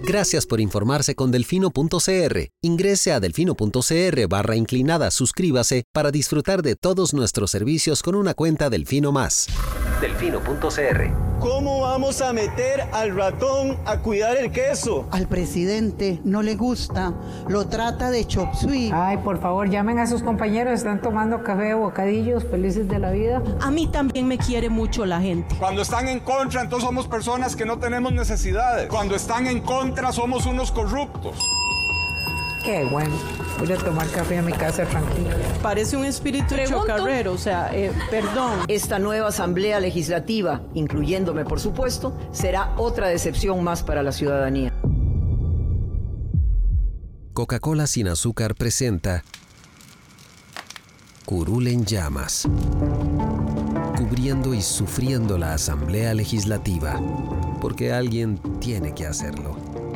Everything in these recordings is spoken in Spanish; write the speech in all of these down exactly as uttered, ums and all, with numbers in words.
Gracias por informarse con delfino.cr. Ingrese a delfino.cr barra inclinada, suscríbase para disfrutar de todos nuestros servicios con una cuenta Delfino Más. delfino.cr. ¿Cómo vamos a meter al ratón a cuidar el queso? Al presidente no le gusta, lo trata de chop suey. Ay, por favor, llamen a sus compañeros, están tomando café o bocadillos, felices de la vida. A mí también me quiere mucho la gente. Cuando están en contra, entonces somos personas que no tenemos necesidades. Cuando están en contra, somos unos corruptos. Qué bueno, voy a tomar café a mi casa tranquila. Parece un espíritu chocarrero, o sea, eh, perdón. Esta nueva asamblea legislativa, incluyéndome por supuesto, será otra decepción más para la ciudadanía. Coca-Cola sin azúcar presenta Curul en llamas, cubriendo y sufriendo la asamblea legislativa, porque alguien tiene que hacerlo.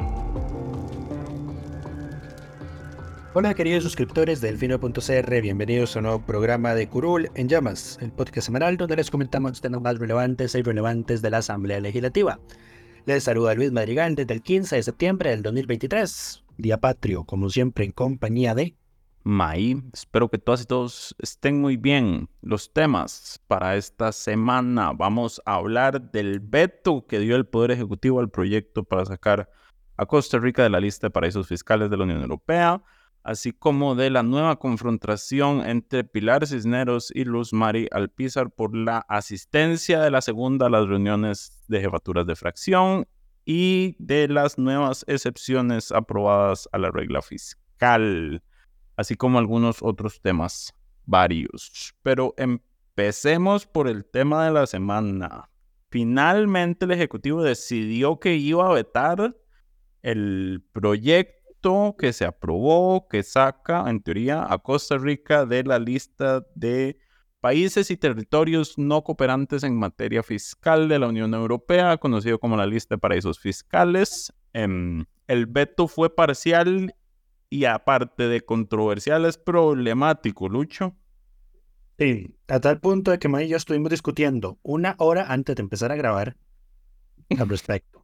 Hola queridos suscriptores de delfino.cr, bienvenidos a un nuevo programa de Curul en Llamas, el podcast semanal donde les comentamos los temas más relevantes e irrelevantes de la Asamblea Legislativa. Les saluda Luis Madrigal desde el quince de septiembre del dos mil veintitrés, día patrio, como siempre en compañía de... May. Espero que todas y todos estén muy bien. Los temas para esta semana: vamos a hablar del veto que dio el Poder Ejecutivo al proyecto para sacar a Costa Rica de la lista de paraísos fiscales de la Unión Europea, así como de la nueva confrontación entre Pilar Cisneros y Luz Mari Alpizar por la asistencia de la segunda a las reuniones de jefaturas de fracción y de las nuevas excepciones aprobadas a la regla fiscal, así como algunos otros temas varios. Pero empecemos por el tema de la semana. Finalmente el Ejecutivo decidió que iba a vetar el proyecto que se aprobó, que saca, en teoría, a Costa Rica de la lista de países y territorios no cooperantes en materia fiscal de la Unión Europea, conocido como la lista de paraísos fiscales. Eh, el veto fue parcial y, aparte de controversial, es problemático, Lucho. Sí, a tal punto de que May y yo estuvimos discutiendo una hora antes de empezar a grabar al respecto.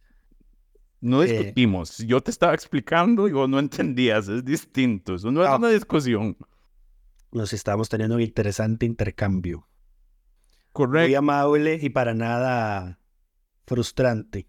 No discutimos, eh, yo te estaba explicando y vos no entendías, es distinto, eso no es ah, una discusión. Nos estamos teniendo un interesante intercambio. Correcto. Muy amable y para nada frustrante.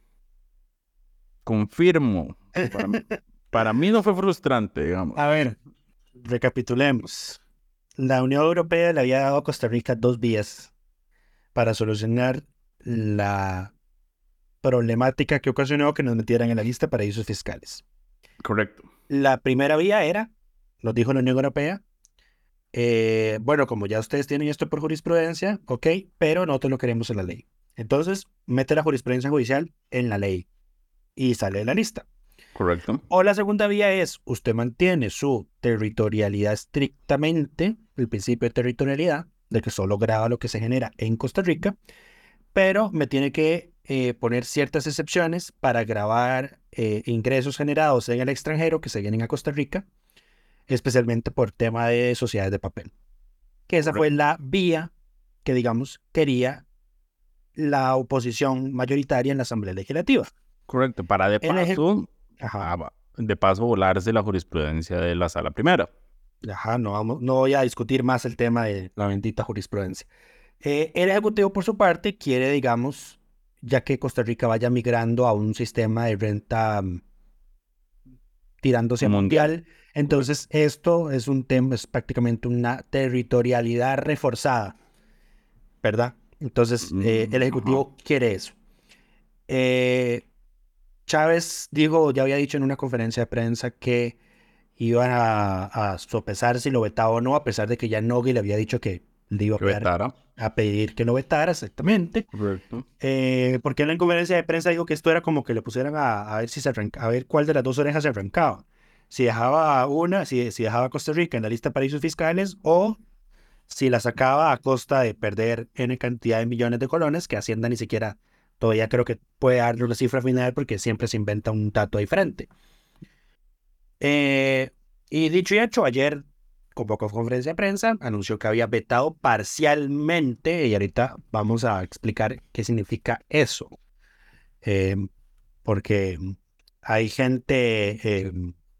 Confirmo. Para, mí, para mí no fue frustrante, digamos. A ver, recapitulemos. La Unión Europea le había dado a Costa Rica dos vías para solucionar la problemática que ocasionó que nos metieran en la lista de paraísos fiscales. Correcto. La primera vía era, nos dijo la Unión Europea, eh, bueno, como ya ustedes tienen esto por jurisprudencia, ok, pero nosotros lo queremos en la ley. Entonces, mete la jurisprudencia judicial en la ley y sale de la lista. Correcto. O la segunda vía es, usted mantiene su territorialidad estrictamente, el principio de territorialidad, de que solo graba lo que se genera en Costa Rica, pero me tiene que eh, poner ciertas excepciones para gravar eh, ingresos generados en el extranjero que se vienen a Costa Rica, especialmente por tema de sociedades de papel. Que esa fue la vía que, digamos, quería la oposición mayoritaria en la Asamblea Legislativa. Correcto, para de paso, eje... Ajá. de paso volarse la jurisprudencia de la Sala Primera. Ajá, no, vamos, no voy a discutir más el tema de la bendita jurisprudencia. Eh, el Ejecutivo, por su parte, quiere, digamos, ya que Costa Rica vaya migrando a un sistema de renta um, tirándose a mundial. mundial. Entonces, okay. Esto es un tema, es prácticamente una territorialidad reforzada, ¿verdad? Entonces, eh, el Ejecutivo uh-huh. quiere eso. Eh, Chávez dijo, ya había dicho en una conferencia de prensa que iban a, a sopesar si lo vetaba o no, a pesar de que ya Nogui le había dicho que le iba a, pegar, a pedir que lo vetara, exactamente. Correcto. Eh, porque en la conferencia de prensa dijo que esto era como que le pusieran a, a ver si se arranca, a ver cuál de las dos orejas se arrancaba. Si dejaba una, si, si dejaba a Costa Rica en la lista de paraísos fiscales, o si la sacaba a costa de perder N cantidad de millones de colones, que Hacienda ni siquiera todavía creo que puede darle una cifra final porque siempre se inventa un dato diferente. Eh, y dicho y hecho, ayer convocó conferencia de prensa, anunció que había vetado parcialmente, y ahorita vamos a explicar qué significa eso. Eh, porque hay gente eh,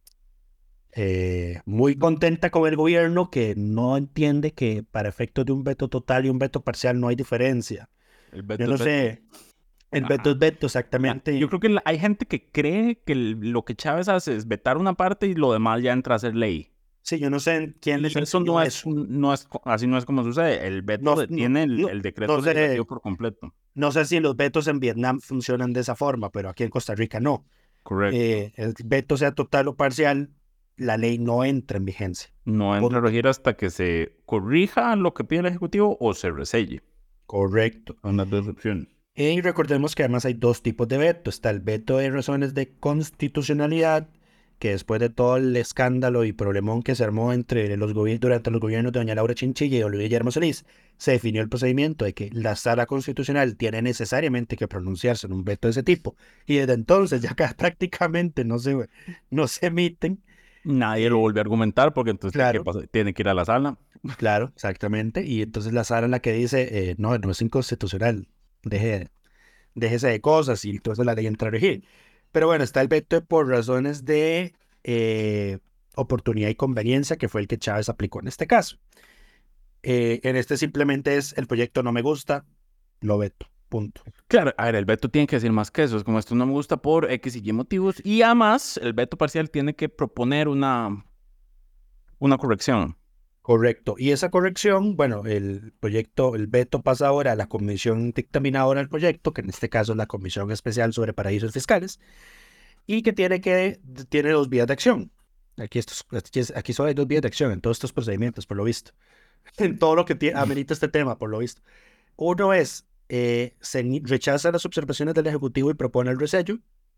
eh, muy contenta con el gobierno que no entiende que para efectos de un veto total y un veto parcial no hay diferencia. El veto Yo no es sé, veto. el Ajá. veto es veto, exactamente. Yo creo que la- hay gente que cree que el- lo que Chávez hace es vetar una parte y lo demás ya entra a ser ley. Sí, yo no sé quién les Y eso enseñó no es, eso. no es, co- así no es como sucede. El veto No, no, detiene el, no, el decreto no sé, legislativo por completo. no sé si los vetos en Vietnam funcionan de esa forma, pero aquí en Costa Rica no. Correcto. Eh, el veto sea total o parcial, la ley no entra en vigencia. No entra a Punto. regir hasta que se corrija lo que pide el Ejecutivo o se reselle. Correcto. Son las dos opciones. Y recordemos que además hay dos tipos de veto. Está el veto de razones de constitucionalidad, que después de todo el escándalo y problemón que se armó entre los gobi- durante los gobiernos de doña Laura Chinchilla y don Luis Guillermo Solís, se definió el procedimiento de que la sala constitucional tiene necesariamente que pronunciarse en un veto de ese tipo. Y desde entonces ya acá prácticamente no se, no se emiten. Nadie lo vuelve a argumentar porque entonces Claro. ¿qué pasa? Tiene que ir a la sala. Claro, exactamente. Y entonces la sala es la que dice, eh, no, no es inconstitucional, deje, déjese de cosas y entonces la ley entra a regir. Pero bueno, está el veto por razones de eh, oportunidad y conveniencia, que fue el que Chávez aplicó en este caso. Eh, en este simplemente es el proyecto no me gusta, lo veto, punto. Claro, a ver, el veto tiene que decir más que eso. Es como esto no me gusta por X y Y motivos. Y además, el veto parcial tiene que proponer una, una corrección. Correcto. Y esa corrección, bueno, el proyecto, el veto pasa ahora a la comisión dictaminadora del proyecto, que en este caso es la Comisión Especial sobre Paraísos Fiscales, y que tiene que, tiene dos vías de acción. Aquí, estos, aquí, es- aquí solo hay dos vías de acción en todos estos procedimientos, por lo visto. En todo lo que tie- amerita este tema, por lo visto. Uno es, eh, se ni- rechaza las observaciones del Ejecutivo y propone el resello.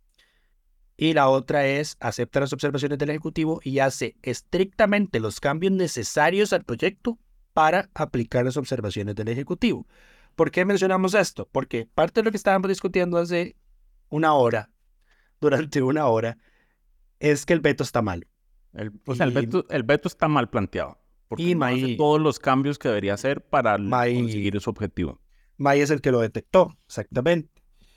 Y la otra es, acepta las observaciones del Ejecutivo y hace estrictamente los cambios necesarios al proyecto para aplicar las observaciones del Ejecutivo. ¿Por qué mencionamos esto? Porque parte de lo que estábamos discutiendo hace una hora, durante una hora, es que el veto está mal. El, o sea, el Y- veto, el veto está mal planteado. Porque Y no hace May- todos los cambios que debería hacer para May- conseguir su objetivo. May es el que lo detectó, exactamente.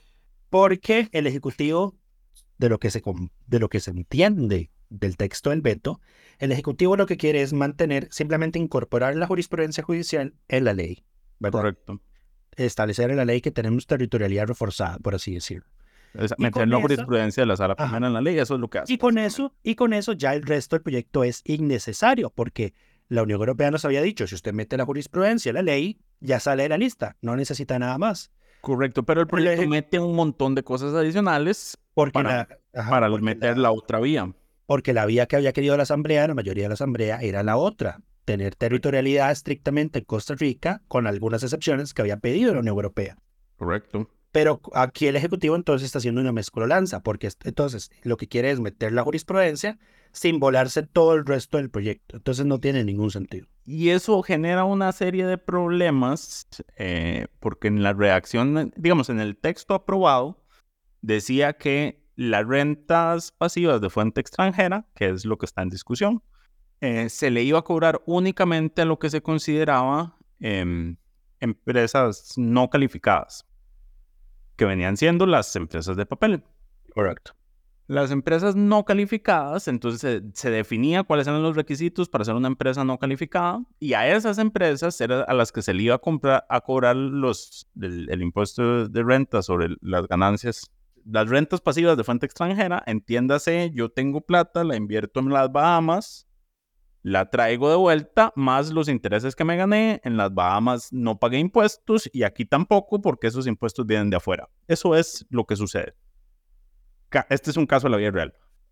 Porque el Ejecutivo, de lo que se, com- de lo que se entiende del texto del veto, el Ejecutivo lo que quiere es mantener, simplemente incorporar la jurisprudencia judicial en la ley, ¿verdad? Correcto. Establecer en la ley que tenemos territorialidad reforzada, por así decirlo. Es Y meter con la eso- jurisprudencia de la sala Ajá. primera en la ley, eso es lo que hace. Y con eso, y con eso ya el resto del proyecto es innecesario, porque la Unión Europea nos había dicho, si usted mete la jurisprudencia en la ley, ya sale de la lista, no necesita nada más. Correcto, pero el proyecto eje- mete un montón de cosas adicionales Porque para, la, ajá, para porque meter la- la otra vía. porque la vía que había querido la Asamblea, la mayoría de la Asamblea, era la otra, tener territorialidad estrictamente en Costa Rica, con algunas excepciones que había pedido la Unión Europea. Correcto. Pero aquí el Ejecutivo entonces está haciendo una mezcolanza, porque est- entonces lo que quiere es meter la jurisprudencia sin volarse todo el resto del proyecto. Entonces no tiene ningún sentido. Y eso genera una serie de problemas, eh, porque en la redacción, digamos, en el texto aprobado, decía que las rentas pasivas de fuente extranjera, que es lo que está en discusión, eh, se le iba a cobrar únicamente a lo que se consideraba em, empresas no calificadas, que venían siendo las empresas de papel. Correcto. Las empresas no calificadas, entonces se, se definía cuáles eran los requisitos para ser una empresa no calificada y a esas empresas era a las que se le iba a, comprar, a cobrar los, el, el impuesto de renta sobre las ganancias. Las rentas pasivas de fuente extranjera, entiéndase, yo tengo plata, la invierto en las Bahamas, la traigo de vuelta, más los intereses que me gané, en las Bahamas no pagué impuestos y aquí tampoco porque esos impuestos vienen de afuera. Eso es lo que sucede. Este es un caso de la vida real.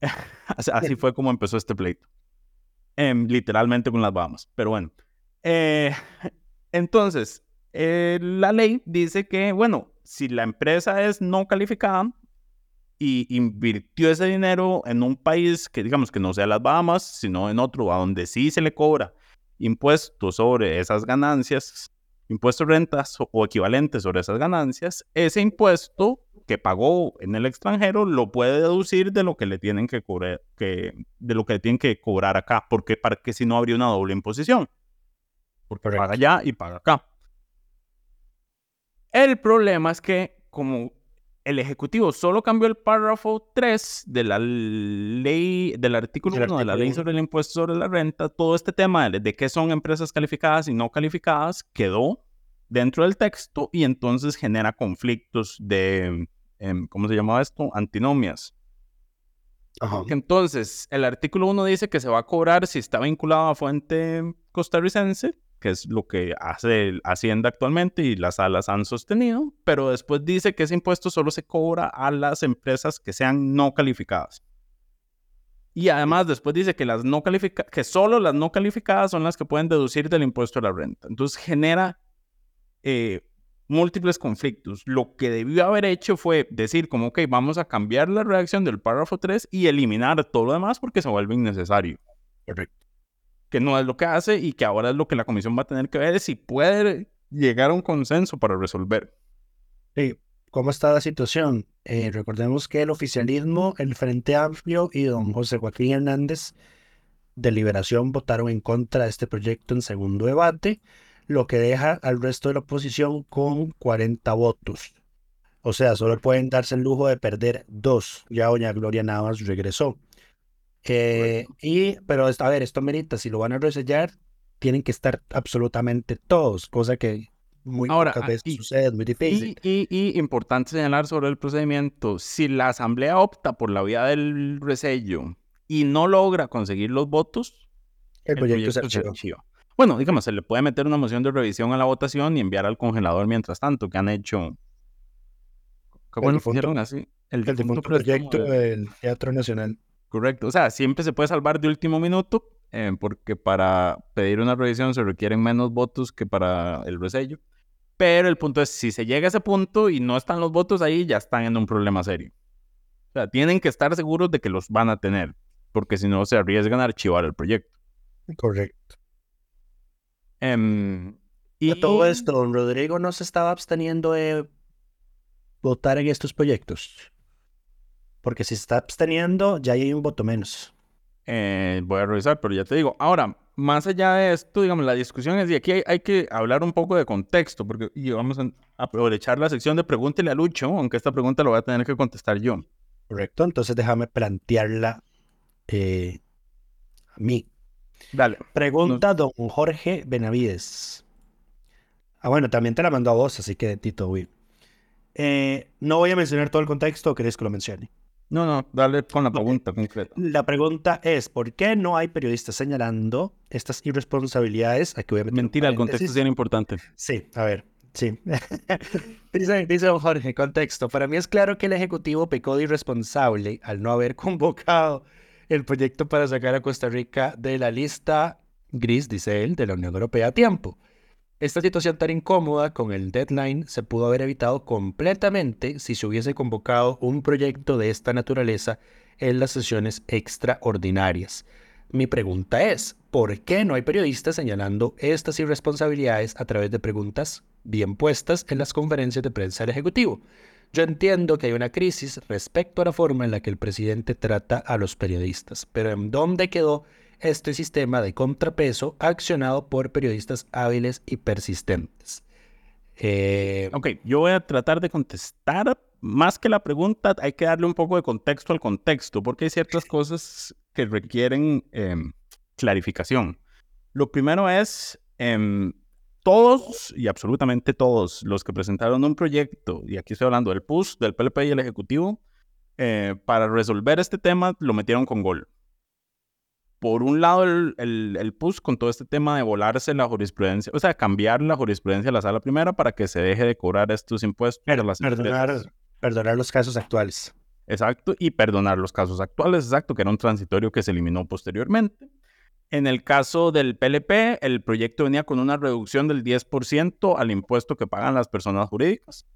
Así fue como empezó este pleito. Eh, literalmente con las Bahamas. Pero bueno. Eh, entonces, eh, la ley dice que, bueno, si la empresa es no calificada y invirtió ese dinero en un país que, digamos, que no sea las Bahamas, sino en otro, a donde sí se le cobra impuestos sobre esas ganancias, impuestos de rentas o, o equivalentes sobre esas ganancias, ese impuesto que pagó en el extranjero lo puede deducir de lo que le tienen que cobrar, que, de lo que le tienen que cobrar acá, porque para que si no habría una doble imposición, porque Correcto. paga allá y paga acá. El problema es que como el Ejecutivo solo cambió el párrafo tres de la ley, del artículo uno de la ley sobre el impuesto sobre la renta. Todo este tema de, de qué son empresas calificadas y no calificadas quedó dentro del texto y entonces genera conflictos de, eh, ¿cómo se llamaba esto? Antinomias. Ajá. Entonces, el artículo uno dice que se va a cobrar si está vinculado a fuente costarricense, que es lo que hace Hacienda actualmente y las salas han sostenido, pero después dice que ese impuesto solo se cobra a las empresas que sean no calificadas. Y además después dice que, las no califica- que solo las no calificadas son las que pueden deducir del impuesto a la renta. Entonces genera eh, múltiples conflictos. Lo que debió haber hecho fue decir como, ok, vamos a cambiar la redacción del párrafo tres y eliminar todo lo demás porque se vuelve innecesario. Correcto. Que no es lo que hace y que ahora es lo que la comisión va a tener que ver es si puede llegar a un consenso para resolver. Sí, ¿cómo está la situación? Eh, recordemos que el oficialismo, el Frente Amplio y don José Joaquín Hernández de Liberación votaron en contra de este proyecto en segundo debate, lo que deja al resto de la oposición con cuarenta votos. O sea, solo pueden darse el lujo de perder dos. Ya doña Gloria Navas regresó. Eh, y, pero a ver, esto merita, si lo van a resellar, tienen que estar absolutamente todos, cosa que muy Ahora, pocas veces y, sucede, es muy difícil. Y, y, y importante señalar sobre el procedimiento, si la asamblea opta por la vía del resello y no logra conseguir los votos, el, el proyecto, proyecto se se archiva. Bueno, digamos, se le puede meter una moción de revisión a la votación y enviar al congelador mientras tanto, que han hecho... ¿Qué bueno que hicieron así? El, el difunto proyecto del Teatro Nacional. Correcto, o sea, siempre se puede salvar de último minuto, eh, porque para pedir una revisión se requieren menos votos que para el resello. Pero el punto es, si se llega a ese punto y no están los votos ahí, ya están en un problema serio. O sea, tienen que estar seguros de que los van a tener, porque si no se arriesgan a archivar el proyecto. Correcto. Um, y a todo esto, don Rodrigo no se estaba absteniendo de votar en estos proyectos. Porque si se está absteniendo, ya hay un voto menos. Eh, voy a revisar, pero ya te digo. Ahora, más allá de esto, digamos, la discusión es, y aquí hay, hay que hablar un poco de contexto, porque y vamos a aprovechar la sección de Pregúntele a Lucho, aunque esta pregunta la voy a tener que contestar yo. Correcto, entonces déjame plantearla eh, a mí. Dale. Pregunta Nos... don Jorge Benavides. Ah, bueno, también te la mandó a vos, así que Tito, Will. Eh, no voy a mencionar todo el contexto, ¿o querés que lo mencione? No, no, dale con la pregunta okay. concreta. La pregunta es, ¿por qué no hay periodistas señalando estas irresponsabilidades? Aquí voy a meter Mentira, el contexto es bien importante. Sí, a ver, sí. dice, dice don Jorge, contexto. Para mí es claro que el Ejecutivo pecó de irresponsable al no haber convocado el proyecto para sacar a Costa Rica de la lista gris, dice él, de la Unión Europea a tiempo. Esta situación tan incómoda con el deadline se pudo haber evitado completamente si se hubiese convocado un proyecto de esta naturaleza en las sesiones extraordinarias. Mi pregunta es, ¿por qué no hay periodistas señalando estas irresponsabilidades a través de preguntas bien puestas en las conferencias de prensa del Ejecutivo? Yo entiendo que hay una crisis respecto a la forma en la que el presidente trata a los periodistas, pero ¿en dónde quedó este sistema de contrapeso accionado por periodistas hábiles y persistentes? Eh... Ok, yo voy a tratar de contestar. Más que la pregunta, hay que darle un poco de contexto al contexto, porque hay ciertas cosas que requieren eh, clarificación. Lo primero es, eh, todos y absolutamente todos los que presentaron un proyecto, y aquí estoy hablando del P U S, del P L P y el Ejecutivo, eh, para resolver este tema lo metieron con gol. Por un lado, el, el, el P U S con todo este tema de volarse la jurisprudencia, o sea, cambiar la jurisprudencia de la sala primera para que se deje de cobrar estos impuestos. Pero, a las perdonar, perdonar los casos actuales. Exacto, y perdonar los casos actuales, exacto, que era un transitorio que se eliminó posteriormente. En el caso del P L P, el proyecto venía con una reducción del diez por ciento al impuesto que pagan las personas jurídicas.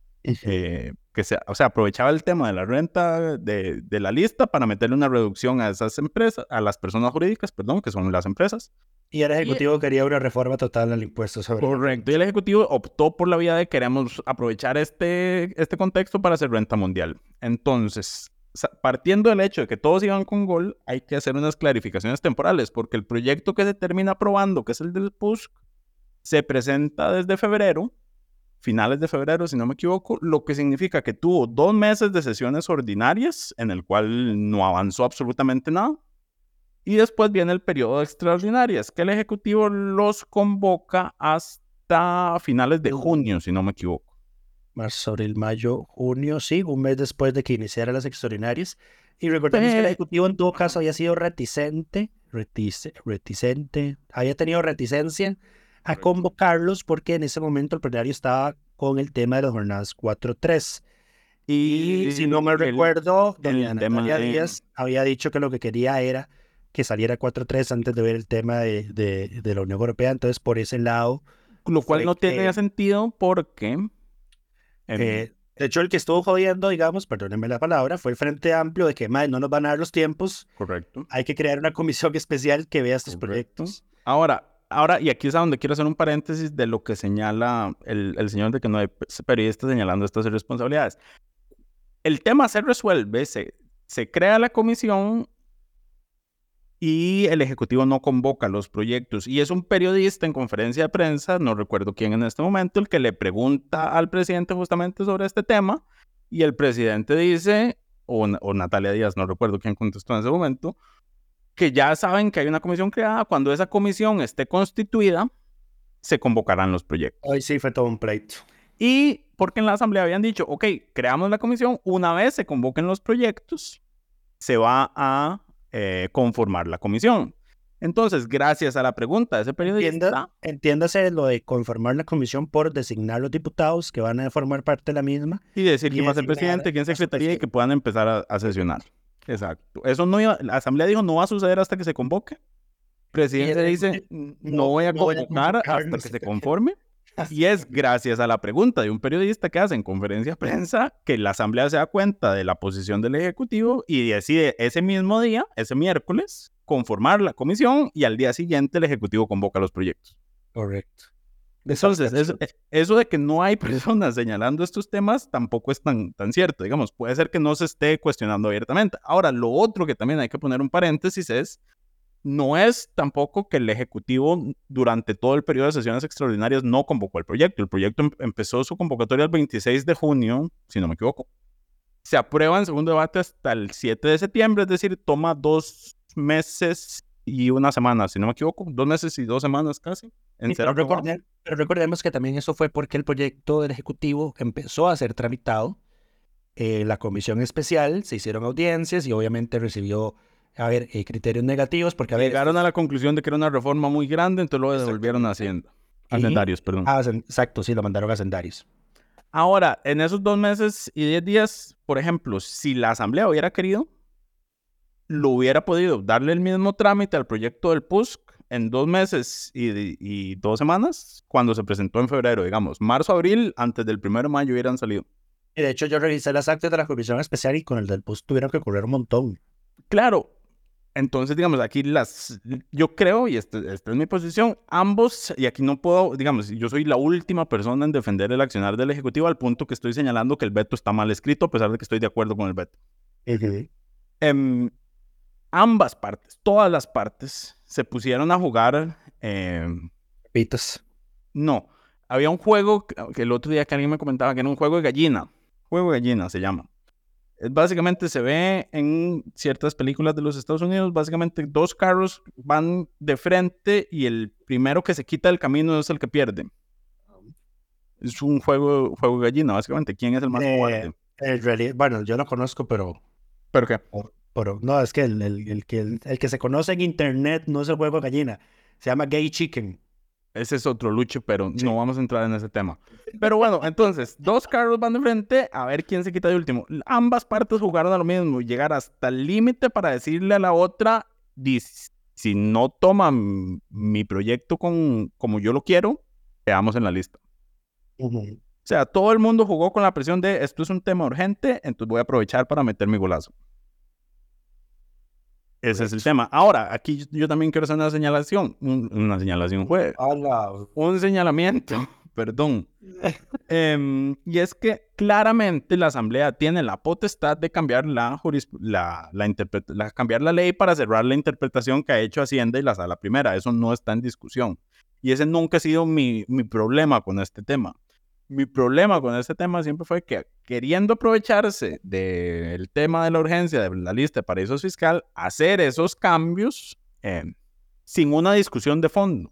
Eh, que se, o sea, aprovechaba el tema de la renta de, de la lista para meterle una reducción a esas empresas, a las personas jurídicas, perdón, que son las empresas. Y el Ejecutivo y, quería una reforma total al impuesto sobre... Correcto, y el Ejecutivo optó por la vía de queremos aprovechar este, este contexto para hacer renta mundial. Entonces, partiendo del hecho de que todos iban con gol, hay que hacer unas clarificaciones temporales, porque el proyecto que se termina aprobando, que es el del P U S C, se presenta desde febrero, finales de febrero, si no me equivoco, lo que significa que tuvo dos meses de sesiones ordinarias en el cual no avanzó absolutamente nada. Y después viene el periodo de extraordinarias, que el Ejecutivo los convoca hasta finales de junio, si no me equivoco. Marzo, abril, mayo, junio, sí, un mes después de que iniciaran las extraordinarias. Y recordemos que el Ejecutivo en todo caso había sido reticente, retice, reticente, había tenido reticencia a convocarlos porque en ese momento el plenario estaba con el tema de las jornadas cuatro tres. Y, y si no me el, recuerdo, doña Natalia de... Díaz había dicho que lo que quería era que saliera cuatro tres antes de ver el tema de, de, de la Unión Europea. Entonces, por ese lado... Lo cual no que, tenía sentido porque... Eh, de hecho, el que estuvo jodiendo, digamos, perdónenme la palabra, fue el Frente Amplio de que madre, no nos van a dar los tiempos. Correcto. Hay que crear una comisión especial que vea estos Correcto. proyectos. Ahora... Ahora, y aquí es a donde quiero hacer un paréntesis de lo que señala el, el señor de que no hay periodistas señalando estas irresponsabilidades. El tema se resuelve, se, se crea la comisión y el Ejecutivo no convoca los proyectos. Y es un periodista en conferencia de prensa, no recuerdo quién en este momento, el que le pregunta al presidente justamente sobre este tema. Y el presidente dice, o, o Natalia Díaz, no recuerdo quién contestó en ese momento, que ya saben que hay una comisión creada, cuando esa comisión esté constituida, se convocarán los proyectos. Hoy sí fue todo un pleito. Y porque en la asamblea habían dicho, ok, creamos la comisión, una vez se convoquen los proyectos, se va a eh, conformar la comisión. Entonces, gracias a la pregunta de ese periodista... Entienda, entiéndase lo de conformar la comisión por designar los diputados que van a formar parte de la misma. Y decir quién va a ser presidente, quién secretaría y que puedan empezar a, a sesionar. Exacto. Eso no iba, la asamblea dijo no va a suceder hasta que se convoque. El presidente dice no voy a convocar hasta que se conforme. Y es gracias a la pregunta de un periodista que hace en conferencia de prensa que la asamblea se da cuenta de la posición del Ejecutivo y decide ese mismo día, ese miércoles, conformar la comisión y al día siguiente el Ejecutivo convoca los proyectos. Correcto. Entonces, eso, eso de que no hay personas señalando estos temas tampoco es tan, tan cierto. Digamos, puede ser que no se esté cuestionando abiertamente. Ahora, lo otro que también hay que poner un paréntesis es, no es tampoco que el Ejecutivo durante todo el periodo de sesiones extraordinarias no convocó el proyecto. El proyecto em- empezó su convocatoria el veintiséis de junio, si no me equivoco. Se aprueba en segundo debate hasta el siete de septiembre, es decir, toma dos meses y una semana, si no me equivoco, dos meses y dos semanas casi. Sí, pero, recordemos, pero recordemos que también eso fue porque el proyecto del Ejecutivo empezó a ser tramitado. Eh, la comisión especial, se hicieron audiencias y obviamente recibió, a ver, eh, criterios negativos porque, a ver... Llegaron a la conclusión de que era una reforma muy grande, entonces lo devolvieron a Hacienda. A Hacendarios, perdón. Ah, exacto, sí, lo mandaron a Hacendarios. Ahora, en esos dos meses y diez días, por ejemplo, si la asamblea hubiera querido, lo hubiera podido darle el mismo trámite al proyecto del P U S C en dos meses y, y dos semanas cuando se presentó en febrero, digamos, marzo, abril, antes del primero de mayo hubieran salido. Y de hecho yo revisé las actas de la comisión especial y con el del P U S C tuvieron que correr un montón. Claro, entonces digamos aquí las, yo creo, y esta este es mi posición, ambos, y aquí no puedo, digamos, yo soy la última persona en defender el accionar del Ejecutivo al punto que estoy señalando que el veto está mal escrito a pesar de que estoy de acuerdo con el veto. Uh-huh. Um, ambas partes, todas las partes, se pusieron a jugar... Eh, Pitos. No, había un juego que el otro día que alguien me comentaba que era un juego de gallina. Juego de gallina se llama. Es, básicamente se ve en ciertas películas de los Estados Unidos, básicamente dos carros van de frente y el primero que se quita del camino es el que pierde. Es un juego, juego de gallina, básicamente. ¿Quién es el más eh, fuerte? En realidad, bueno, yo no conozco, pero... ¿Pero qué? Pero no, es que el, el, el, que el, el que se conoce en internet no es el juego de gallina. Se llama Gay Chicken. Ese es otro lucho, pero sí. No vamos a entrar en ese tema. Pero bueno, entonces, dos carros van de frente a ver quién se quita de último. Ambas partes jugaron a lo mismo, llegar hasta el límite para decirle a la otra, si no toman mi proyecto con, como yo lo quiero, quedamos en la lista. Uh-huh. O sea, todo el mundo jugó con la presión de, esto es un tema urgente, entonces voy a aprovechar para meter mi golazo. Ese es el tema. Ahora, aquí yo también quiero hacer una señalación. Un, una señalación, fue. Un señalamiento, perdón. eh, y es que claramente la Asamblea tiene la potestad de cambiar la, juris, la, la, la, cambiar la ley para cerrar la interpretación que ha hecho Hacienda y la Sala Primera. Eso no está en discusión. Y ese nunca ha sido mi, mi problema con este tema. Mi problema con este tema siempre fue que, queriendo aprovecharse del tema de la urgencia de la lista de paraísos fiscal, hacer esos cambios eh, sin una discusión de fondo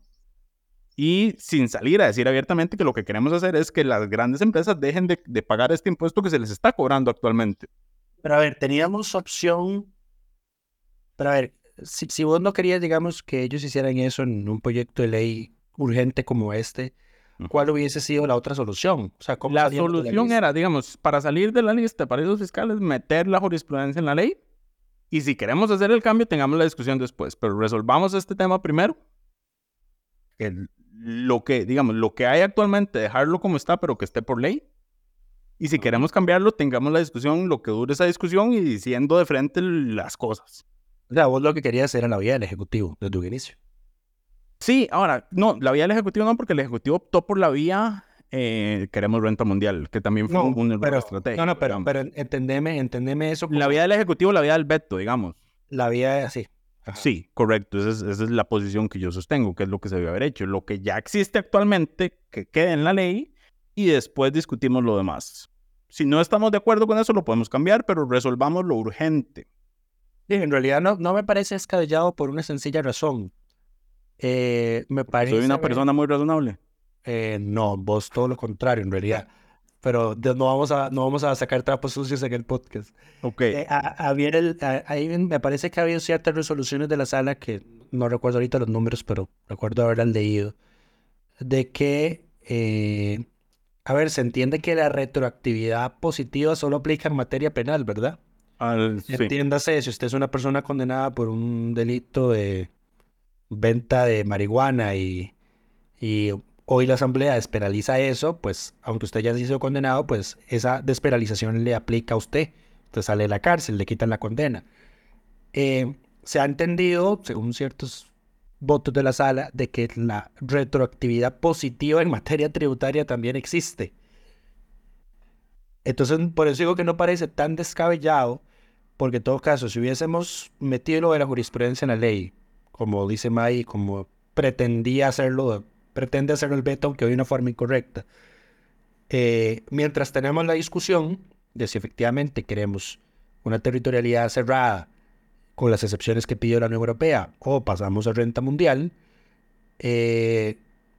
y sin salir a decir abiertamente que lo que queremos hacer es que las grandes empresas dejen de, de pagar este impuesto que se les está cobrando actualmente. Pero a ver, teníamos opción. Pero a ver, si, si vos no querías, digamos, que ellos hicieran eso en un proyecto de ley urgente como este, ¿cuál hubiese sido la otra solución? O sea, ¿cómo la salíamos de la solución lista? era, digamos, para salir de la lista de paraísos fiscales, meter la jurisprudencia en la ley. Y si queremos hacer el cambio, tengamos la discusión después. Pero resolvamos este tema primero. Que lo que, digamos, lo que hay actualmente, dejarlo como está, pero que esté por ley. Y si queremos cambiarlo, tengamos la discusión, lo que dure esa discusión y diciendo de frente las cosas. O sea, vos lo que querías era la vía del Ejecutivo desde un inicio. Sí, ahora, no, la vía del Ejecutivo no, porque el Ejecutivo optó por la vía eh, queremos renta mundial, que también fue No, un, un error pero, estratégico. no, no, pero, digamos. pero entendeme, entendeme eso. Como La vía del Ejecutivo, la vía del veto, digamos. la vía así. Ajá. Sí, correcto. Esa es, esa es la posición que yo sostengo, que es lo que se debe haber hecho. Lo que ya existe actualmente, que quede en la ley, y después discutimos lo demás. Si no estamos de acuerdo con eso, lo podemos cambiar, pero resolvamos lo urgente. Sí, en realidad no, no me parece descabellado por una sencilla razón. Eh, me parece... Soy una persona muy razonable. Eh, no, vos todo lo contrario, en realidad. Pero de- no vamos a, no vamos a sacar trapos sucios en el podcast. Ok. Eh, a- había el, a- ahí me parece que había ciertas resoluciones de la sala que no recuerdo ahorita los números, pero recuerdo haberlas leído. De que, eh, a ver, se entiende que la retroactividad positiva solo aplica en materia penal, ¿verdad? Al, sí. Entiéndase, si usted es una persona condenada por un delito de venta de marihuana y, y hoy la Asamblea despenaliza eso, pues aunque usted ya ha sido condenado, pues esa despenalización le aplica a usted. Usted sale de la cárcel, le quitan la condena. Eh, se ha entendido, según ciertos votos de la sala, de que la retroactividad positiva en materia tributaria también existe. Entonces, por eso digo que no parece tan descabellado, porque en todo caso, si hubiésemos metido lo de la jurisprudencia en la ley, como dice May, como pretendía hacerlo, pretende hacerlo el veto, aunque de una forma incorrecta, eh, mientras tenemos la discusión de si efectivamente queremos una territorialidad cerrada, con las excepciones que pidió la Unión Europea, o pasamos a renta mundial, eh,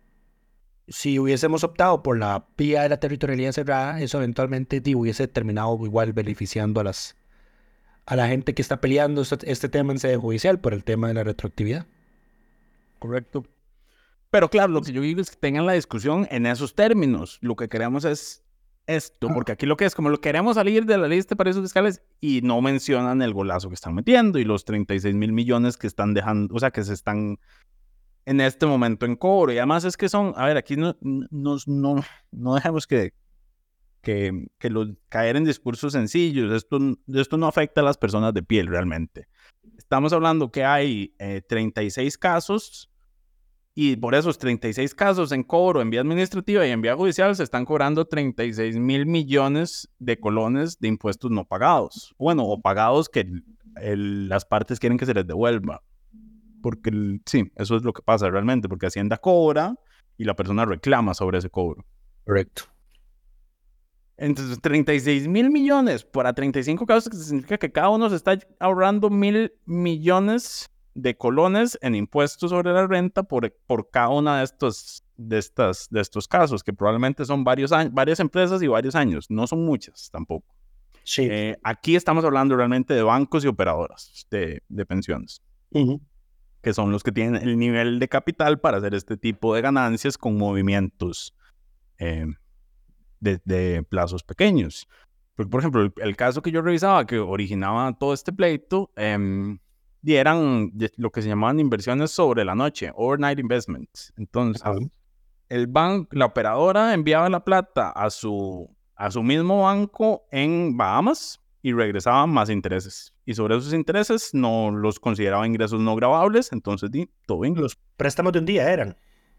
si hubiésemos optado por la vía de la territorialidad cerrada, eso eventualmente di, hubiese terminado igual beneficiando a las a la gente que está peleando este, este tema en sede judicial por el tema de la retroactividad. Correcto. Pero claro, lo que yo digo es que tengan la discusión en esos términos. Lo que queremos es esto, porque aquí lo que es como lo queremos salir de la lista de paraísos fiscales y no mencionan el golazo que están metiendo y los treinta y seis mil millones que están dejando, o sea, que se están en este momento en cobro. Y además es que son, a ver, aquí no, no, no, no dejemos que, que, que los, caer en discursos sencillos. Esto, esto no afecta a las personas de piel realmente. Estamos hablando que hay eh, treinta y seis casos y por esos treinta y seis casos en cobro, en vía administrativa y en vía judicial se están cobrando treinta y seis mil millones de colones de impuestos no pagados. Bueno, o pagados que el, el, las partes quieren que se les devuelva. Porque el, sí, eso es lo que pasa realmente, porque Hacienda cobra y la persona reclama sobre ese cobro. Correcto. Entonces, treinta y seis mil millones para treinta y cinco casos, que significa que cada uno se está ahorrando mil millones de colones en impuestos sobre la renta por, por cada una de estos, de, estas, de estos casos, que probablemente son varios años, varias empresas y varios años, no son muchas tampoco. Sí. Eh, aquí estamos hablando realmente de bancos y operadoras de, de pensiones. Uh-huh. Que son los que tienen el nivel de capital para hacer este tipo de ganancias con movimientos eh, de, de plazos pequeños. Porque, por ejemplo, el, el caso que yo revisaba que originaba todo este pleito, eh, eran lo que se llamaban inversiones sobre la noche, overnight investments. Entonces, uh-huh. el banco, la operadora enviaba la plata a su, a su mismo banco en Bahamas y regresaban más intereses. Y sobre esos intereses no los consideraba ingresos no gravables, entonces di, todo bien. Los préstamos de un día eran.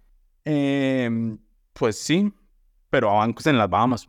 Eh, pues sí, pero a bancos en las Bahamas.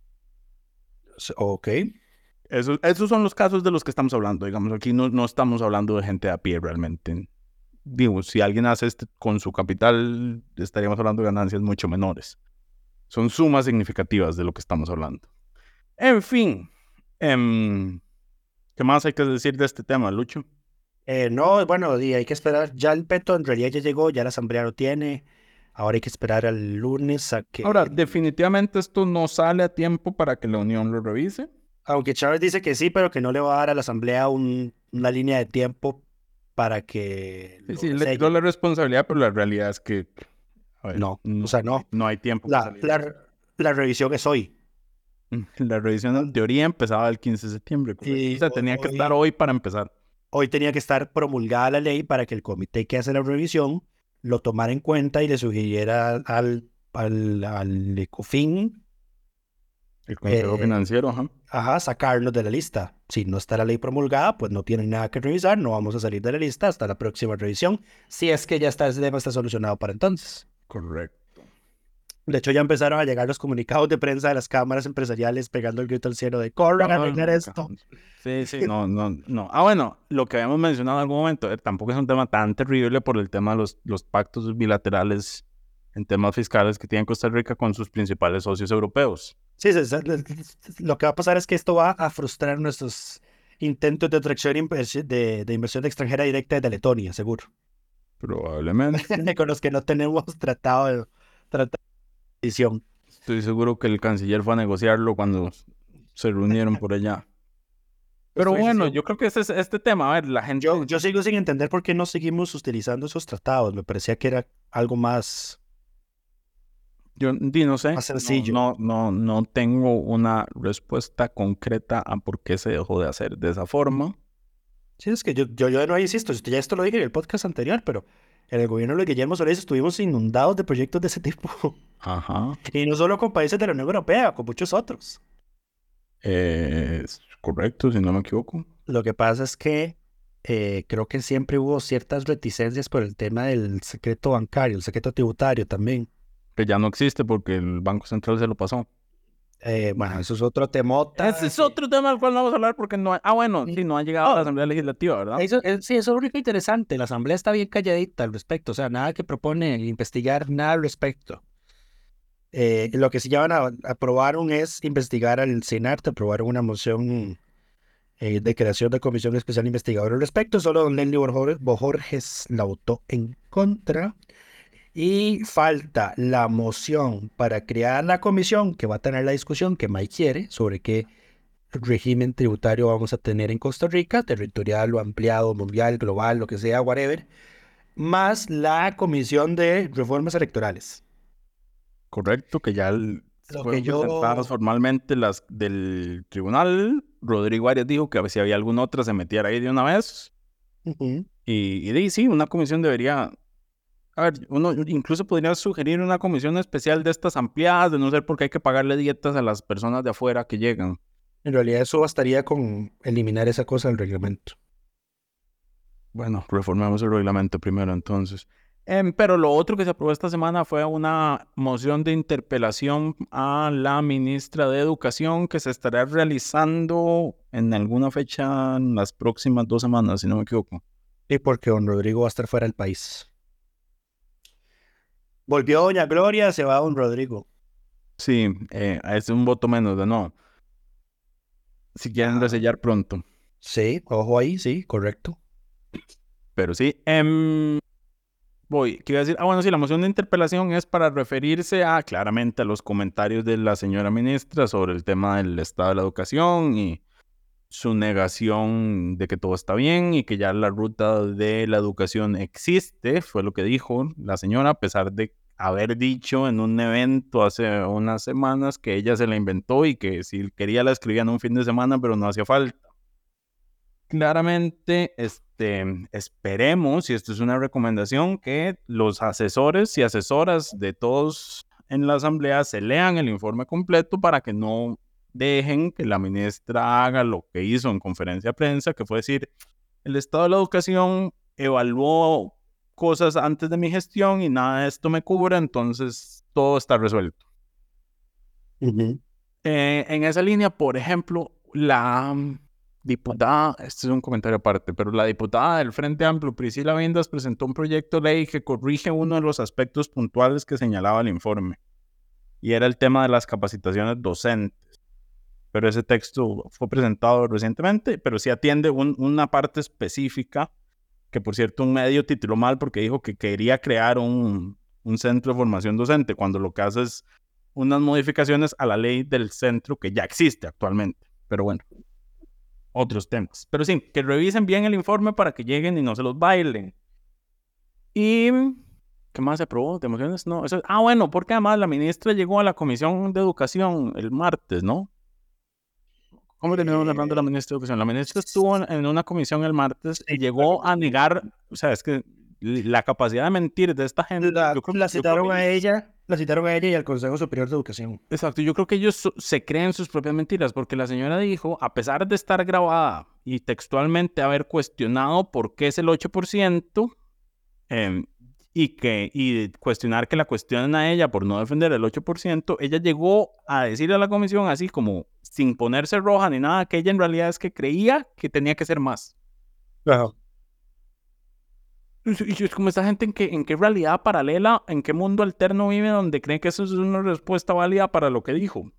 Ok. Eso, esos son los casos de los que estamos hablando. Digamos, aquí no, no estamos hablando de gente a pie realmente. Digo, si alguien hace esto con su capital, estaríamos hablando de ganancias mucho menores. Son sumas significativas de lo que estamos hablando. En fin, em, ¿qué más hay que decir de este tema, Lucho? Eh, no, bueno, y hay que esperar. Ya el peto en realidad ya llegó, ya la asamblea lo tiene. Ahora hay que esperar al lunes a que... Ahora, definitivamente esto no sale a tiempo para que la Unión lo revise. Aunque Chávez dice que sí, pero que no le va a dar a la asamblea un- una línea de tiempo para que... Sí, lo sí, le selle. tiró la responsabilidad, pero la realidad es que... a ver, No, o sea, no. No hay tiempo para La, salir. la, la revisión es hoy. La revisión en teoría empezaba el quince de septiembre. correcto. Y O sea, tenía que hoy- estar hoy para empezar. Hoy tenía que estar promulgada la ley para que el comité que hace la revisión lo tomara en cuenta y le sugiriera al, al, al ECOFIN, El Consejo Eh, Financiero, ajá. ajá, sacarnos de la lista. Si no está la ley promulgada, pues no tienen nada que revisar, no vamos a salir de la lista hasta la próxima revisión, si es que ya está, ese tema está solucionado para entonces. Correcto. De hecho, ya empezaron a llegar los comunicados de prensa de las cámaras empresariales pegando el grito al cielo de corran a arreglar esto. Sí, sí, no, no, no. Ah, bueno, lo que habíamos mencionado en algún momento, eh, tampoco es un tema tan terrible por el tema de los, los pactos bilaterales en temas fiscales que tiene Costa Rica con sus principales socios europeos. Sí, sí, sí, lo que va a pasar es que esto va a frustrar nuestros intentos de atracción inversi- de, de inversión extranjera directa de Letonia, seguro. Probablemente. Con los que no tenemos tratado de tratado de edición. Estoy seguro que el canciller fue a negociarlo cuando se reunieron por allá. Pero Estoy bueno, seguro. yo creo que este es este tema. A ver, la gente... Yo, yo sigo sin entender por qué no seguimos utilizando esos tratados. Me parecía que era algo más... Yo di, no sé, Más sencillo. No, no, no, no tengo una respuesta concreta a por qué se dejó de hacer de esa forma. Sí, es que yo, yo, yo no insisto, ya esto lo dije en el podcast anterior, pero en el gobierno de Guillermo Solís estuvimos inundados de proyectos de ese tipo. Ajá. Y no solo con países de la Unión Europea, con muchos otros. Eh, es correcto, si no me equivoco. Lo que pasa es que eh, creo que siempre hubo ciertas reticencias por el tema del secreto bancario, el secreto tributario también. Que ya no existe porque el Banco Central se lo pasó. Eh, bueno, eso es otro temota. Ese es otro tema del cual no vamos a hablar porque no hay... Ah, bueno, sí, no ha llegado a la Asamblea Legislativa, ¿verdad? Eso, es- sí, eso es lo único interesante. La Asamblea está bien calladita al respecto. O sea, nada que propone investigar nada al respecto. Eh, lo que sí ya van a aprobaron es investigar al Senat, aprobaron una moción eh, de creación de comisión especial investigadora al respecto. Solo don Lenny Borjor- Bojorges la votó en contra. Y falta la moción para crear la comisión que va a tener la discusión que Mike quiere sobre qué régimen tributario vamos a tener en Costa Rica, territorial o ampliado, mundial, global, lo que sea, whatever, más la comisión de reformas electorales. Correcto, que ya el- Lo fueron que yo- presentadas formalmente las del tribunal. Rodrigo Arias dijo que a ver si había alguna otra se metiera ahí de una vez. Ujú. Y, y di, sí, una comisión debería... A ver, uno incluso podría sugerir una comisión especial de estas ampliadas, de no ser porque hay que pagarle dietas a las personas de afuera que llegan. En realidad eso bastaría con eliminar esa cosa del reglamento. Bueno, reformemos el reglamento primero entonces. Em, pero lo otro que se aprobó esta semana fue una moción de interpelación a la ministra de Educación que se estará realizando en alguna fecha en las próximas dos semanas, si no me equivoco. Y porque don Rodrigo va a estar fuera del país. Volvió doña Gloria, se va don Rodrigo. Sí, eh, es un voto menos de no. Si quieren resellar pronto. Sí, ojo ahí, sí, correcto. Pero sí, em, voy, ¿qué iba a decir? Ah, bueno, sí, la moción de interpelación es para referirse a, claramente, a los comentarios de la señora ministra sobre el tema del estado de la educación y su negación de que todo está bien y que ya la ruta de la educación existe, fue lo que dijo la señora, a pesar de haber dicho en un evento hace unas semanas que ella se la inventó y que si quería la escribía en un fin de semana, pero no hacía falta. Claramente, este, esperemos, y esto es una recomendación, que los asesores y asesoras de todos en la asamblea se lean el informe completo para que no dejen que la ministra haga lo que hizo en conferencia de prensa, que fue decir, el estado de la educación evaluó cosas antes de mi gestión y nada de esto me cubre, entonces todo está resuelto. Ujú. Eh, en esa línea, por ejemplo, la diputada, este es un comentario aparte, pero la diputada del Frente Amplio, Priscila Vindas, presentó un proyecto de ley que corrige uno de los aspectos puntuales que señalaba el informe. y era el tema de las capacitaciones docentes. Pero ese texto fue presentado recientemente, pero sí atiende un, una parte específica, que por cierto un medio tituló mal porque dijo que quería crear un, un centro de formación docente, cuando lo que hace es unas modificaciones a la ley del centro que ya existe actualmente. Pero bueno, otros temas. Pero sí, que revisen bien el informe para que lleguen y no se los bailen. Y... ¿qué más se aprobó? ¿De emociones? No, eso... Ah, bueno, porque además la ministra llegó a la Comisión de Educación el martes, ¿no? ¿Cómo terminamos hablando de la ministra de Educación? La ministra estuvo en, en una comisión el martes y llegó a negar, o sea, es que la capacidad de mentir de esta gente... La, yo creo, la yo citaron creo que a ellos, ella, la citaron a ella y al Consejo Superior de Educación. Exacto, yo creo que ellos so- se creen sus propias mentiras, porque la señora dijo, a pesar de estar grabada y textualmente haber cuestionado por qué es el ocho por ciento, eh, y, que, y cuestionar que la cuestionen a ella por no defender el ocho por ciento, ella llegó a decirle a la comisión, así como sin ponerse roja ni nada, que ella en realidad es que creía que tenía que ser más. Ajá. Y es como esta gente en qué, en qué realidad paralela, en qué mundo alterno vive donde creen que eso es una respuesta válida para lo que dijo.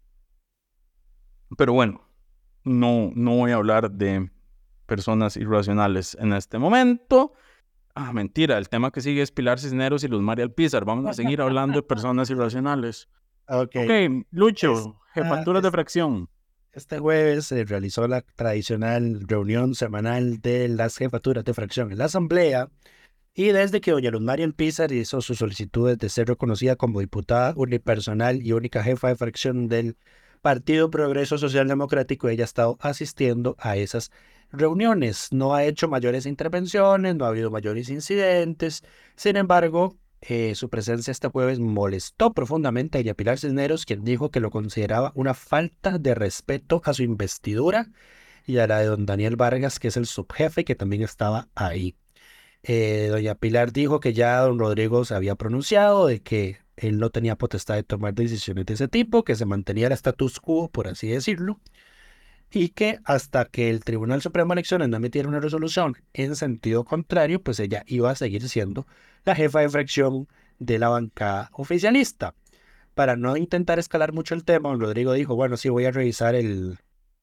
Pero bueno, no, no voy a hablar de personas irracionales en este momento. Ah, mentira, el tema que sigue es Pilar Cisneros y Luz María Alpizar. Vamos a seguir hablando de personas irracionales. Ok. Ok, Lucho, Es- jefaturas ah, de es- fracción. Este jueves se realizó la tradicional reunión semanal de las jefaturas de fracción en la Asamblea, y desde que doña Luz María Alpizar hizo sus solicitudes de ser reconocida como diputada unipersonal y única jefa de fracción del Partido Progreso Social Democrático, ella ha estado asistiendo a esas reuniones. No ha hecho mayores intervenciones, no ha habido mayores incidentes. Sin embargo, eh, su presencia este jueves molestó profundamente a ella Pilar Cisneros, quien dijo que lo consideraba una falta de respeto a su investidura y a la de don Daniel Vargas, que es el subjefe, que también estaba ahí. Eh, doña Pilar dijo que ya don Rodrigo se había pronunciado de que él no tenía potestad de tomar decisiones de ese tipo, que se mantenía el status quo, por así decirlo, y que hasta que el Tribunal Supremo de Elecciones no emitiera una resolución en sentido contrario, pues ella iba a seguir siendo la jefa de fracción de la bancada oficialista. Para no intentar escalar mucho el tema, don Rodrigo dijo, bueno, sí, voy a revisar el...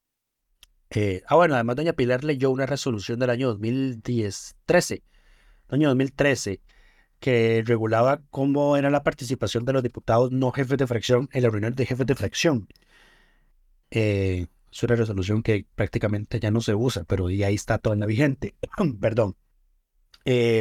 eh, Ah, bueno, además doña Pilar leyó una resolución del año dos mil diez, trece, año dos mil trece, que regulaba cómo era la participación de los diputados no jefes de fracción en las reuniones de jefes de fracción. Eh, es una resolución que prácticamente ya no se usa, pero y ahí está toda la vigente. Perdón. Eh,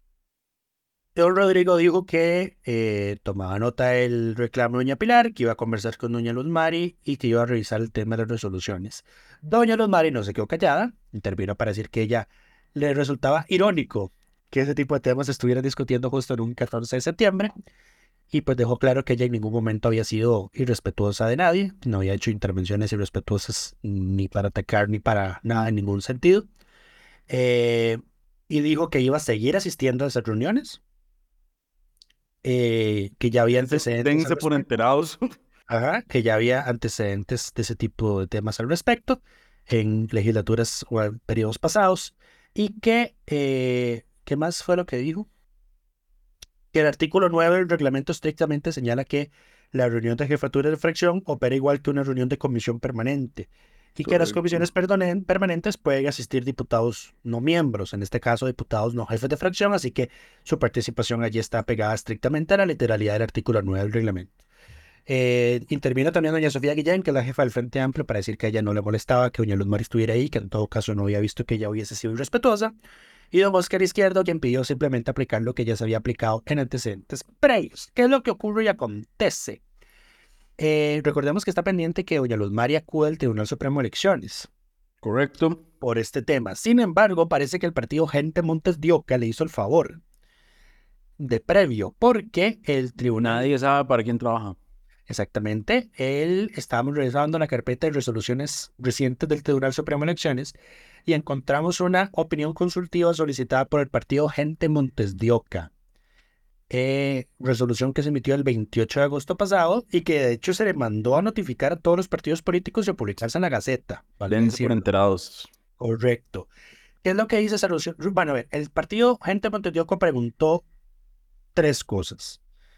don Rodrigo dijo que eh, tomaba nota del reclamo de doña Pilar, que iba a conversar con doña Luz Mari y que iba a revisar el tema de las resoluciones. Doña Luz Mari no se quedó callada, intervino para decir que ella le resultaba irónico que ese tipo de temas se estuvieran discutiendo justo en un catorce de septiembre, y pues dejó claro que ella en ningún momento había sido irrespetuosa de nadie, no había hecho intervenciones irrespetuosas ni para atacar ni para nada en ningún sentido. Eh, y dijo que iba a seguir asistiendo a esas reuniones, eh, que ya había antecedentes. Dense por enterados. Ajá, que ya había antecedentes de ese tipo de temas al respecto en legislaturas o en periodos pasados, y que, eh, ¿qué más fue lo que dijo? Que el artículo nueve del reglamento estrictamente señala que la reunión de jefatura de fracción opera igual que una reunión de comisión permanente, y que a las comisiones perdonen- permanentes pueden asistir diputados no miembros, en este caso diputados no jefes de fracción, así que su participación allí está pegada estrictamente a la literalidad del artículo nueve del reglamento. Eh, intervino también doña Sofía Guillén, que es la jefa del Frente Amplio, para decir que a ella no le molestaba que doña Luz Mari estuviera ahí, que en todo caso no había visto que ella hubiese sido irrespetuosa. Y don Oscar Izquierdo, quien pidió simplemente aplicar lo que ya se había aplicado en antecedentes previos. ¿Qué es lo que ocurre y acontece? Eh, recordemos que está pendiente que doña Luz Mari acude al Tribunal Supremo de Elecciones Correcto. por este tema. Sin embargo, parece que el partido Gente Montes de Oca le hizo el favor de previo, porque el tribunal... Nadie sabe para quién trabaja. Exactamente, él estábamos revisando la carpeta de resoluciones recientes del Tribunal Supremo de Elecciones y encontramos una opinión consultiva solicitada por el partido Gente Montes de Oca. Eh, resolución que se emitió el veintiocho de agosto pasado y que de hecho se le mandó a notificar a todos los partidos políticos y a publicarse en la Gaceta. ¿Vale? Dense Decirlo. por enterados. Correcto. ¿Qué es lo que dice esa resolución? Bueno, a ver, el partido Gente Montes de Oca preguntó tres cosas.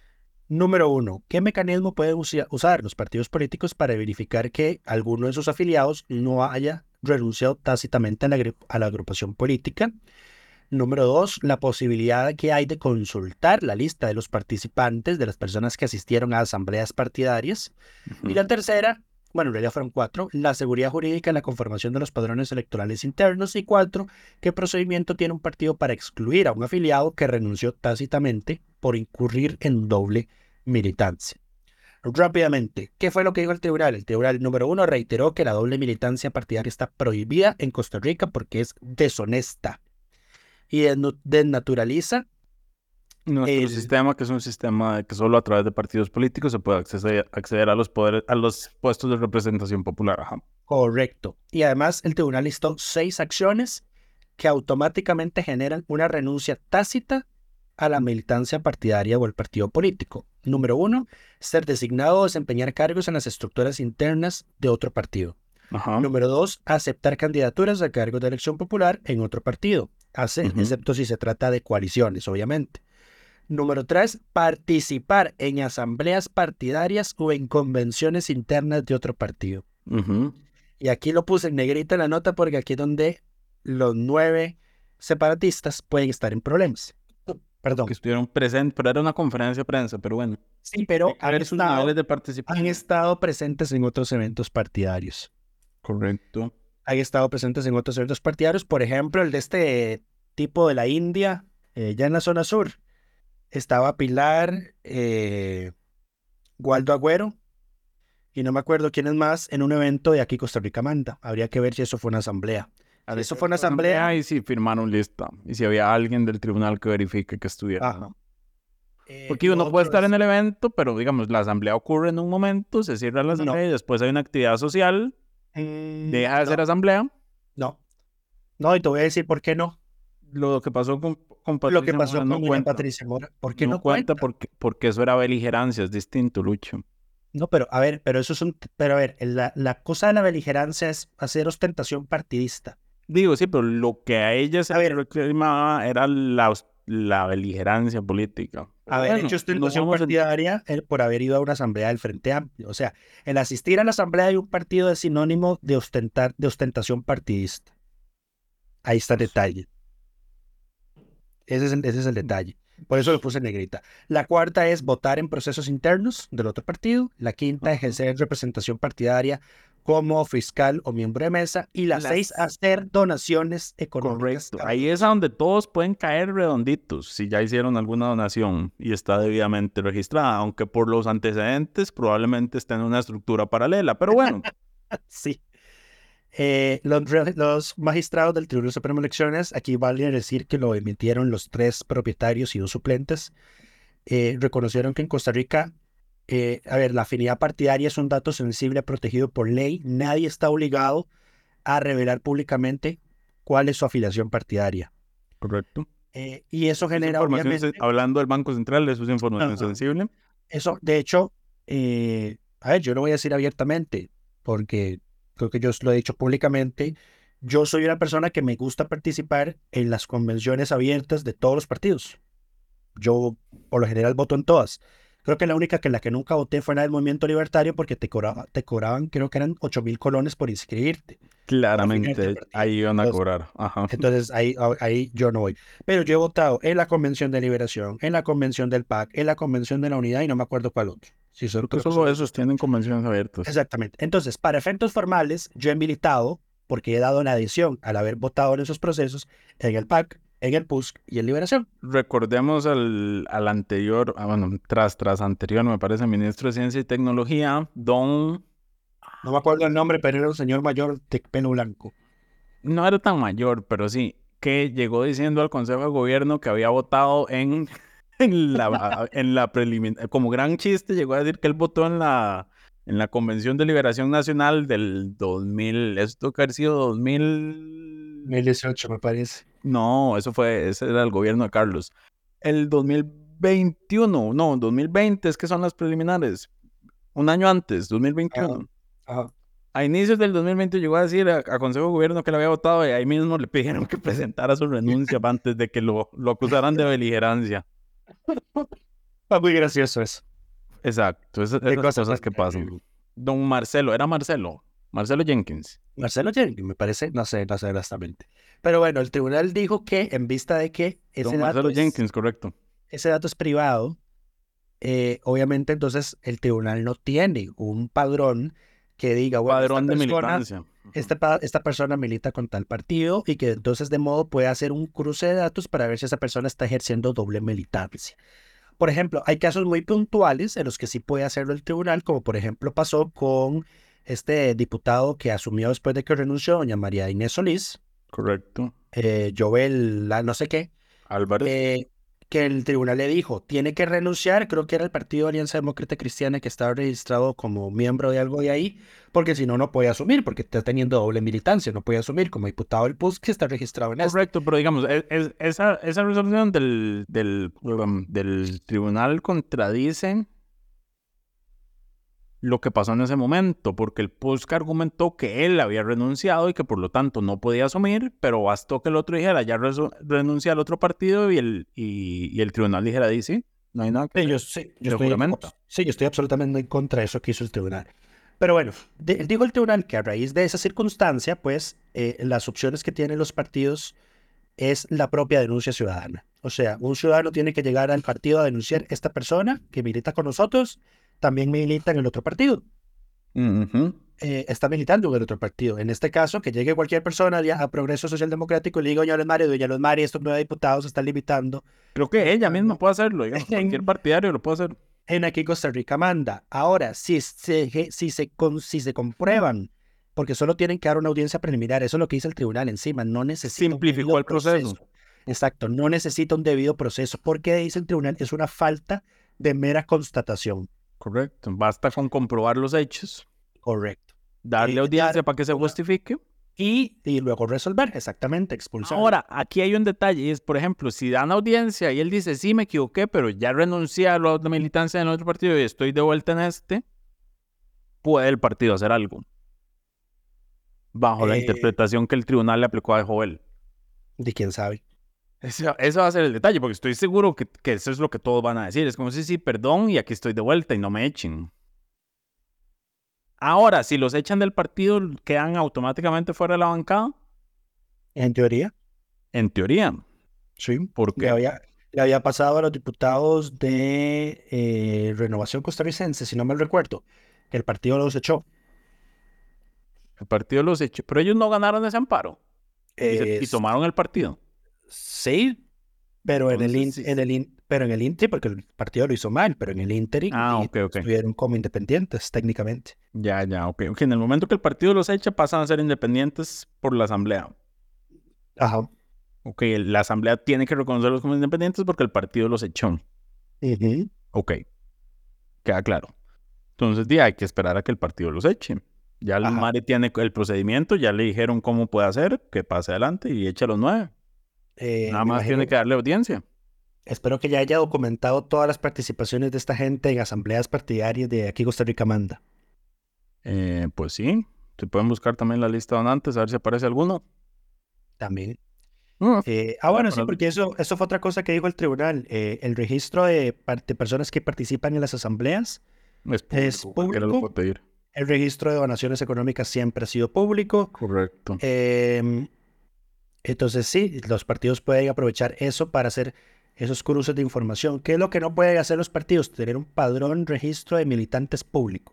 Número uno, ¿qué mecanismo pueden usi- usar los partidos políticos para verificar que alguno de sus afiliados no haya renunciado tácitamente a la, agru- a la agrupación política? Número dos, la posibilidad que hay de consultar la lista de los participantes, de las personas que asistieron a asambleas partidarias. Y la tercera, bueno, en realidad fueron cuatro, la seguridad jurídica en la conformación de los padrones electorales internos. Y cuatro, ¿qué procedimiento tiene un partido para excluir a un afiliado que renunció tácitamente por incurrir en doble militancia? Rápidamente, ¿qué fue lo que dijo el tribunal? El tribunal número uno reiteró que la doble militancia partidaria está prohibida en Costa Rica porque es deshonesta y desnu- desnaturaliza Nuestro el- sistema, que es un sistema que solo a través de partidos políticos se puede acceder, acceder a los poderes, a los puestos de representación popular. Ajá. Correcto. Y además el tribunal listó seis acciones que automáticamente generan una renuncia tácita a la militancia partidaria o el partido político. Número uno, ser designado o desempeñar cargos en las estructuras internas de otro partido. Ajá. Número dos, aceptar candidaturas a cargos de elección popular en otro partido, hace, Ujú. excepto si se trata de coaliciones, obviamente. Número tres, participar en asambleas partidarias o en convenciones internas de otro partido. Ujú. Y aquí lo puse en negrita en la nota porque aquí es donde los nueve separatistas pueden estar en problemas. Perdón. Que estuvieron presentes, pero era una conferencia de prensa, pero bueno. Sí, pero Hay que han ver sus estado, niveles de han participación. estado presentes en otros eventos partidarios. Correcto. Han estado presentes en otros eventos partidarios. Por ejemplo, el de este tipo de la India, eh, ya en la zona sur. Estaba Pilar, eh, Waldo Agüero, y no me acuerdo quién es más, en un evento de aquí Costa Rica Manda. Habría que ver si eso fue una asamblea. Si eso fue una asamblea, Y si firmaron lista. Y si había alguien del tribunal que verifique que estuviera. Ajá. Eh, Porque lo uno otro puede estar es- en el evento, pero digamos, la asamblea ocurre en un momento, se cierra la asamblea y después hay una actividad social, Mm, deja de no, ser asamblea. no. No, y te voy a decir por qué no. Lo que pasó con, con Lo Patricia que pasó Mora con no doña cuenta. Patricia Mora. ¿Por qué No, no, cuenta cuenta? porque, porque eso era beligerancia, es distinto, Lucho. No, pero a ver, pero eso es un, pero a ver, la, la cosa de la beligerancia es hacer ostentación partidista. Digo, sí, pero lo que a ella se A le ver. reclamaba era la, la beligerancia política. Haber Bueno, hecho no ostentación vamos a- partidaria eh, por haber ido a una asamblea del Frente Amplio. O sea, el asistir a la asamblea de un partido es sinónimo de ostentar, de ostentación partidista. Ahí está el detalle. Ese es el, ese es el detalle. Por eso lo puse en negrita. La cuarta es votar en procesos internos del otro partido. La quinta, ejercer representación partidaria como fiscal o miembro de mesa. Y la Las- seis, hacer donaciones económicas. Correcto. Ahí es a donde todos pueden caer redonditos si ya hicieron alguna donación y está debidamente registrada, aunque por los antecedentes probablemente esté en una estructura paralela. Pero bueno, Sí. Eh, los, re- los magistrados del Tribunal Supremo de Elecciones, aquí vale decir que lo emitieron los tres propietarios y dos suplentes, eh, reconocieron que en Costa Rica, eh, a ver, la afinidad partidaria es un dato sensible protegido por ley. Nadie está obligado a revelar públicamente cuál es su afiliación partidaria. correcto. Eh, y eso Esa genera, información obviamente, se- hablando del Banco Central, eso es información Ajá. sensible. eso, de hecho, eh, a ver, yo lo voy a decir abiertamente, porque creo que yo lo he dicho públicamente. Yo soy una persona que me gusta participar en las convenciones abiertas de todos los partidos. Yo, por lo general, voto en todas. Creo que la única que la que nunca voté fue en la del Movimiento Libertario porque te, cobraba, te cobraban, creo que eran ocho mil colones por inscribirte. Claramente, partido. ahí iban a Entonces- cobrar. Ajá. Entonces ahí, ahí yo no voy. Pero yo he votado en la Convención de Liberación, en la Convención del P A C, en la Convención de la Unidad y no me acuerdo cuál otro. Si son, Creo que creo que solo son- esos tienen convenciones abiertas. Exactamente. Entonces, para efectos formales, yo he militado porque he dado una adhesión al haber votado en esos procesos en el P A C, en el P U S C y en Liberación. Recordemos al, al anterior, ah, bueno, tras, tras anterior, me parece, ministro de Ciencia y Tecnología, don... No me acuerdo el nombre, pero era un señor mayor de pelo blanco. No era tan mayor, pero sí, que llegó diciendo al Consejo de Gobierno que había votado en, en la, en la preliminar, como gran chiste, llegó a decir que él votó en la, en la Convención de Liberación Nacional del dos mil, esto que ha sido dos mil... dos mil dieciocho, me parece. No, eso fue, ese era el gobierno de Carlos. El dos mil veintiuno, no, dos mil veinte es que son las preliminares. Un año antes, dos mil veintiuno. Ajá. A inicios del dos mil veinte llegó a decir a, a Consejo de Gobierno que le había votado y ahí mismo le pidieron que presentara su renuncia antes de que lo, lo acusaran de beligerancia. Fue muy gracioso eso. Exacto, esas, esas cosas, cosas que pasan. Don Marcelo, ¿era Marcelo? Marcelo Jenkins. Marcelo Jenkins, me parece, no sé, no sé exactamente. Pero bueno, el tribunal dijo que en vista de que ese Don dato Marcelo es, Jenkins, correcto. Ese dato es privado, eh, obviamente entonces el tribunal no tiene un padrón que diga, bueno, padrón esta de persona, militancia. Esta, esta persona milita con tal partido y que entonces de modo puede hacer un cruce de datos para ver si esa persona está ejerciendo doble militancia. Por ejemplo, hay casos muy puntuales en los que sí puede hacerlo el tribunal, como por ejemplo pasó con este diputado que asumió después de que renunció, doña María Inés Solís. Correcto. Eh, Joel, la no sé qué. Álvarez. Eh, que el tribunal le dijo, tiene que renunciar, creo que era el Partido Alianza Demócrata Cristiana que estaba registrado como miembro de algo de ahí, porque si no, no puede asumir, porque está teniendo doble militancia, no puede asumir como diputado del P U S que está registrado en Correcto, este. Pero digamos, es, es, esa, esa resolución del, del, um, del tribunal contradice lo que pasó en ese momento, porque el P U S C argumentó que él había renunciado y que por lo tanto no podía asumir, pero bastó que el otro dijera, ya renuncia al otro partido y el, y, y el tribunal dijera, dice, no hay nada que sí, yo, sí, yo estoy, sí, yo estoy absolutamente en contra de eso que hizo el tribunal. Pero bueno, de, dijo el tribunal que a raíz de esa circunstancia, pues eh, las opciones que tienen los partidos es la propia denuncia ciudadana. O sea, un ciudadano tiene que llegar al partido a denunciar esta persona que milita con nosotros, también milita en el otro partido. Uh-huh. Eh, está militando en el otro partido. En este caso, que llegue cualquier persona a Progreso Social Democrático y le diga, doña Luzmari, doña Luzmari, estos nueve diputados están limitando. Creo que ella misma puede hacerlo, digamos, cualquier partidario lo puede hacer. En aquí Costa Rica manda. Ahora, si se, si, se, si se comprueban, porque solo tienen que dar una audiencia preliminar, eso es lo que dice el tribunal encima, no necesita simplificó el proceso. proceso. Exacto, no necesita un debido proceso, porque dice el tribunal es una falta de mera constatación. Correcto, basta con comprobar los hechos. Correcto. Darle Eh, audiencia dar, para que se justifique. Y, y luego resolver, exactamente, expulsar. Ahora, aquí hay un detalle, y es, por ejemplo, si dan audiencia y él dice, sí, me equivoqué, pero ya renuncié a la militancia en otro partido y estoy de vuelta en este, puede el partido hacer algo. Bajo eh, la interpretación que el tribunal le aplicó a Joel. ¿De quién sabe? Eso, eso va a ser el detalle, porque estoy seguro que, que eso es lo que todos van a decir. Es como, sí, sí, perdón, y aquí estoy de vuelta y no me echen. Ahora, si los echan del partido, ¿quedan automáticamente fuera de la bancada? En teoría. En teoría. Sí. ¿Por qué? Le había, le había pasado a los diputados de eh, Renovación Costarricense, si no me recuerdo, que el partido los echó. El partido los echó, pero ellos no ganaron ese amparo. Eh, y, se, y tomaron el partido. Sí, pero Entonces, en el, in, sí. en el in, pero en el Inter, porque el partido lo hizo mal, pero en el Inter ah, okay, okay. estuvieron como independientes técnicamente. Ya, ya, ok. okay. En el momento que el partido los echa, pasan a ser independientes por la asamblea. Ajá. Ok, la asamblea tiene que reconocerlos como independientes porque el partido los echó. Uh-huh. Ok, queda claro. Entonces, ya hay que esperar a que el partido los eche. Ya el Mari tiene el procedimiento, ya le dijeron cómo puede hacer, que pase adelante y eche los nueve. Eh, Nada más imagino, tiene que darle audiencia. Espero que ya haya documentado todas las participaciones de esta gente en asambleas partidarias de aquí Costa Rica Manda. Eh, pues sí, se pueden buscar también la lista donantes, a ver si aparece alguno. También. Uh, eh, ah, bueno, sí, porque eso, eso fue otra cosa que dijo el tribunal. Eh, el registro de, de personas que participan en las asambleas es público. Es público. Lo puedo pedir. El registro de donaciones económicas siempre ha sido público. Correcto. Eh, entonces sí, los partidos pueden aprovechar eso para hacer esos cruces de información. ¿Qué es lo que no pueden hacer los partidos? Tener un padrón registro de militantes público.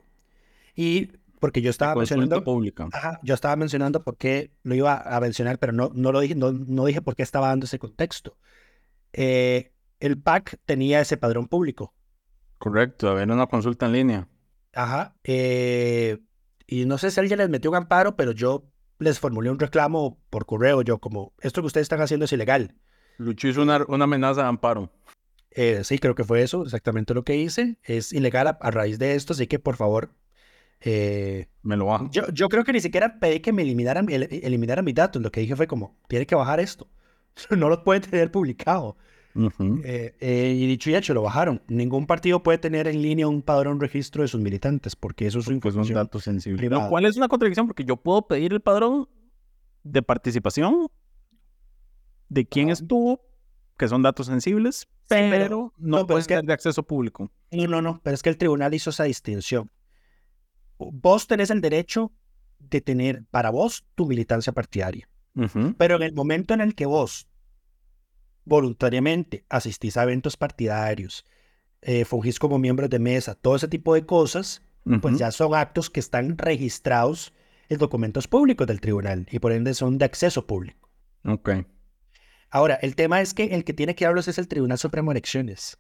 Y porque yo estaba mencionando... pública. Ajá, yo estaba mencionando por qué lo iba a mencionar, pero no, no lo dije, no, no dije por qué estaba dando ese contexto. Eh, el P A C tenía ese padrón público. Correcto, a ver una consulta en línea. Ajá. Eh, y no sé si alguien les metió un amparo, pero yo les formulé un reclamo por correo. Yo como, esto que ustedes están haciendo es ilegal. Lucho hizo una, una amenaza de amparo. Eh, sí, creo que fue eso, exactamente lo que hice. Es ilegal a, a raíz de esto, así que por favor... Eh, me lo bajo. Yo, yo creo que ni siquiera pedí que me eliminaran, el, eliminaran mis datos. Lo que dije fue como, tiene que bajar esto. No lo pueden tener publicado. Uh-huh. Eh, eh, y dicho y hecho, lo bajaron. Ningún partido puede tener en línea un padrón registro de sus militantes, porque eso es un pues dato sensible. No, ¿cuál es una contradicción? Porque yo puedo pedir el padrón de participación de quién uh-huh. estuvo, que son datos sensibles, pero, sí, pero no, no pueden ser de acceso público. No, no, no, pero es que el tribunal hizo esa distinción. Vos tenés el derecho de tener para vos tu militancia partidaria, uh-huh. pero en el momento en el que vos voluntariamente asistís a eventos partidarios, eh, fungís como miembros de mesa, todo ese tipo de cosas, uh-huh. pues ya son actos que están registrados en documentos públicos del tribunal y por ende son de acceso público. Ok. Ahora, el tema es que el que tiene que darlos es el Tribunal Supremo de Elecciones.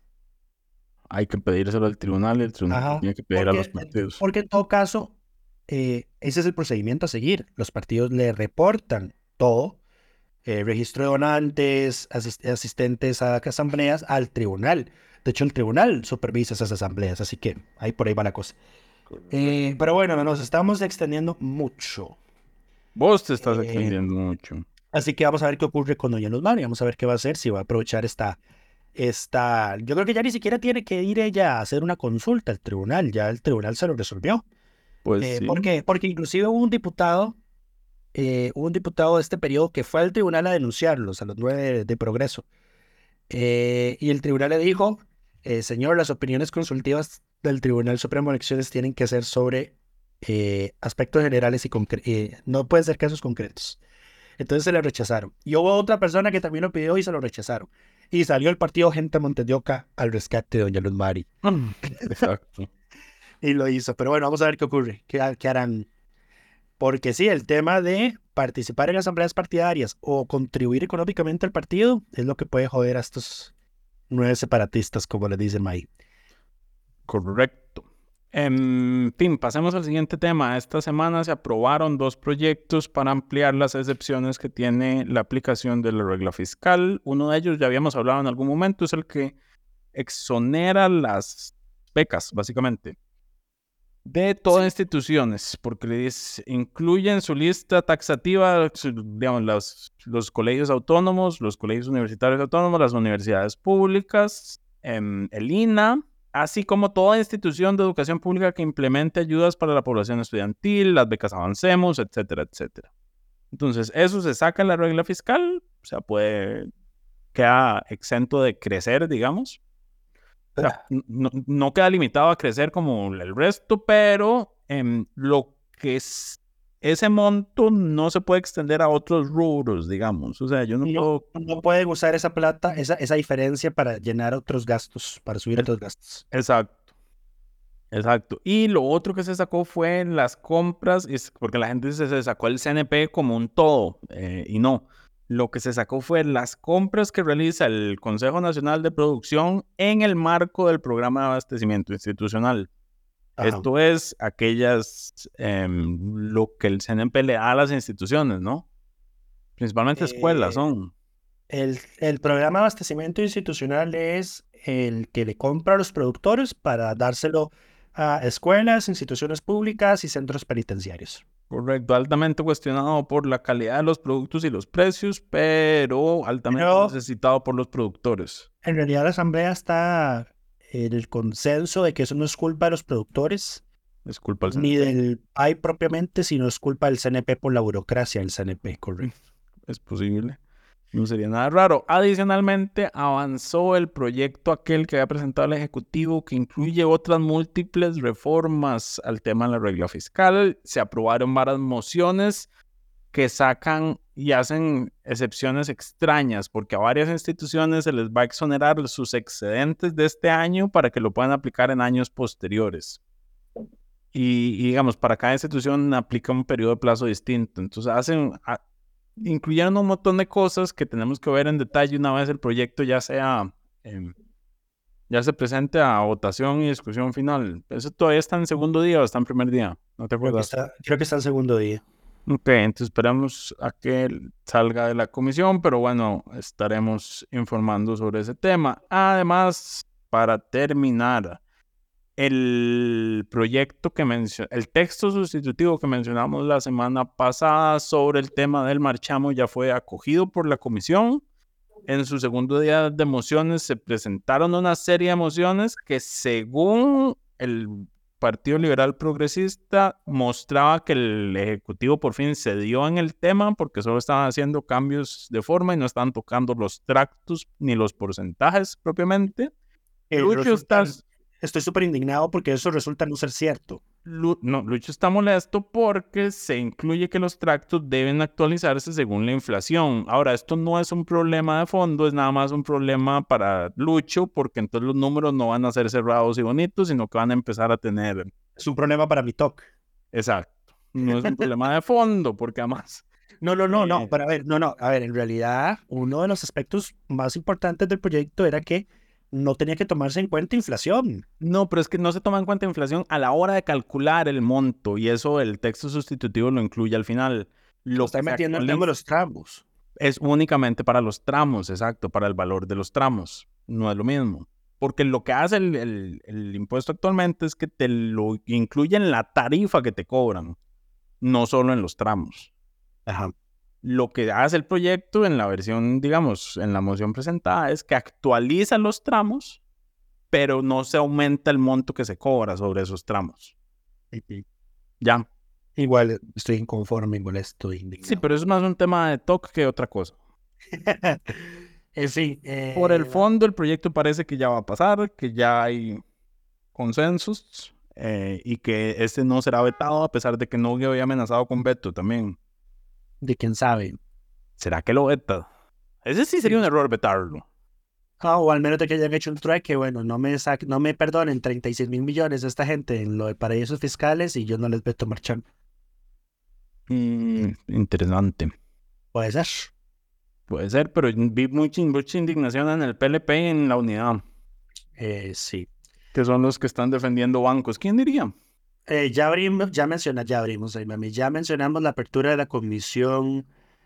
Hay que pedírselo al tribunal y el tribunal Ajá, tiene que pedir porque, a los partidos. Porque en todo caso, eh, ese es el procedimiento a seguir. Los partidos le reportan todo, eh, registro de donantes, asist- asistentes a asambleas, al tribunal. De hecho, el tribunal supervisa esas asambleas, así que ahí por ahí va la cosa. Eh, pero bueno, nos estamos extendiendo mucho. Vos te estás eh, extendiendo mucho. Así que vamos a ver qué ocurre con doña Luz Mari, vamos a ver qué va a hacer, si va a aprovechar esta... esta... Yo creo que ya ni siquiera tiene que ir ella a hacer una consulta al tribunal, ya el tribunal se lo resolvió. Pues eh, sí. ¿Por qué? Porque inclusive hubo un diputado, eh, hubo un diputado de este periodo que fue al tribunal a denunciarlos, a los nueve de, de Progreso. Eh, y el tribunal le dijo, eh, señor, las opiniones consultivas del Tribunal Supremo de Elecciones tienen que ser sobre eh, aspectos generales y concre- eh, no pueden ser casos concretos. Entonces se le rechazaron. Y hubo otra persona que también lo pidió y se lo rechazaron. Y salió el partido Gente Montes de Oca al rescate de doña Luz Mari. Exacto. Y lo hizo. Pero bueno, vamos a ver qué ocurre, qué, qué harán. Porque sí, el tema de participar en asambleas partidarias o contribuir económicamente al partido es lo que puede joder a estos nueve separatistas, como le dicen ahí. Correcto. En fin, pasemos al siguiente tema. Esta semana se aprobaron dos proyectos para ampliar las excepciones que tiene la aplicación de la regla fiscal. Uno de ellos, ya habíamos hablado en algún momento, es el que exonera las becas, básicamente, de todas sí. instituciones, porque les incluye en su lista taxativa, digamos, los, los colegios autónomos, los colegios universitarios autónomos, las universidades públicas, eh, el I N A, así como toda institución de educación pública que implemente ayudas para la población estudiantil, las becas Avancemos, etcétera, etcétera. Entonces, eso se saca en la regla fiscal, o sea, puede quedar exento de crecer, digamos. O sea, no, no queda limitado a crecer como el resto, pero eh, lo que es ese monto no se puede extender a otros rubros, digamos. O sea, yo no, no puedo... No pueden usar esa plata, esa, esa diferencia para llenar otros gastos, para subir otros gastos. Exacto. Exacto. Y lo otro que se sacó fue las compras, porque la gente se, se sacó el C N P como un todo, eh, y no. Lo que se sacó fue las compras que realiza el Consejo Nacional de Producción en el marco del programa de abastecimiento institucional. Ajá. Esto es aquellas, eh, lo que el C N P le da a las instituciones, ¿no? Principalmente eh, escuelas son. El, el programa de abastecimiento institucional es el que le compra a los productores para dárselo a escuelas, instituciones públicas y centros penitenciarios. Correcto, altamente cuestionado por la calidad de los productos y los precios, pero altamente pero, necesitado por los productores. En realidad la asamblea está en el consenso de que eso no es culpa de los productores, es culpa del C N P. Ni del P A I propiamente, sino es culpa del C N P por la burocracia del C N P, correcto. Es posible. No sería nada raro. Adicionalmente, avanzó el proyecto aquel que había presentado el Ejecutivo, que incluye otras múltiples reformas al tema de la regla fiscal. Se aprobaron varias mociones que sacan y hacen excepciones extrañas, porque a varias instituciones se les va a exonerar sus excedentes de este año para que lo puedan aplicar en años posteriores. Y, y digamos, para cada institución aplica un periodo de plazo distinto. Entonces, hacen... A, incluyeron un montón de cosas que tenemos que ver en detalle una vez el proyecto ya sea eh, ya se presente a votación y discusión final. ¿Eso todavía está en segundo día o está en primer día? ¿No te acuerdas? Creo que está, creo que está en segundo día. Ok, entonces esperamos a que salga de la comisión, pero bueno, estaremos informando sobre ese tema. Además, para terminar, el proyecto que mencionó, el texto sustitutivo que mencionamos la semana pasada sobre el tema del marchamo ya fue acogido por la comisión. En su segundo día de mociones se presentaron una serie de mociones que, según el Partido Liberal Progresista mostraba que el Ejecutivo por fin cedió en el tema porque solo estaban haciendo cambios de forma y no estaban tocando los tractos ni los porcentajes propiamente. Eh, Lucho resulta, está... Estoy súper indignado porque eso resulta no ser cierto. Lu... No, Lucho está molesto porque se incluye que los tractos deben actualizarse según la inflación. Ahora, esto no es un problema de fondo, es nada más un problema para Lucho porque entonces los números no van a ser cerrados y bonitos, sino que van a empezar a tener... Es un problema para mi T O C. Exacto. No es un problema de fondo porque además... No, no, no, no, pero a ver, no, no, a ver, en realidad uno de los aspectos más importantes del proyecto era que no tenía que tomarse en cuenta inflación. No, pero es que no se toma en cuenta inflación a la hora de calcular el monto y eso el texto sustitutivo lo incluye al final. Lo Está metiendo el tema de los tramos. Es únicamente para los tramos, exacto, para el valor de los tramos. No es lo mismo. Porque lo que hace el, el, el impuesto actualmente es que te lo incluye en la tarifa que te cobran, no solo en los tramos. Ajá. Lo que hace el proyecto en la versión, digamos, en la moción presentada es que actualiza los tramos, pero no se aumenta el monto que se cobra sobre esos tramos. Uh-huh. Ya. Igual estoy inconforme, molesto, indignado. Sí, pero es más un tema de T O C que otra cosa. En fin. Eh... Por el fondo, el proyecto parece que ya va a pasar, que ya hay consensos eh, y que este no será vetado a pesar de que no había amenazado con veto también. De quién sabe. ¿Será que lo veta? Ese sí sería un error vetarlo. Ah, o al menos de que hayan hecho un trueque, bueno, no me sa- no me perdonen treinta y seis mil millones a esta gente en lo de paraísos fiscales y yo no les veto marchar. Mm, interesante. Puede ser. Puede ser, pero vi mucha, mucha indignación en el P L P y en la unidad. Eh, sí. Que son los que están defendiendo bancos. ¿Quién diría? Eh, ya abrimos, ya menciona, ya abrimos, ahí, mami, ya mencionamos la apertura de la comisión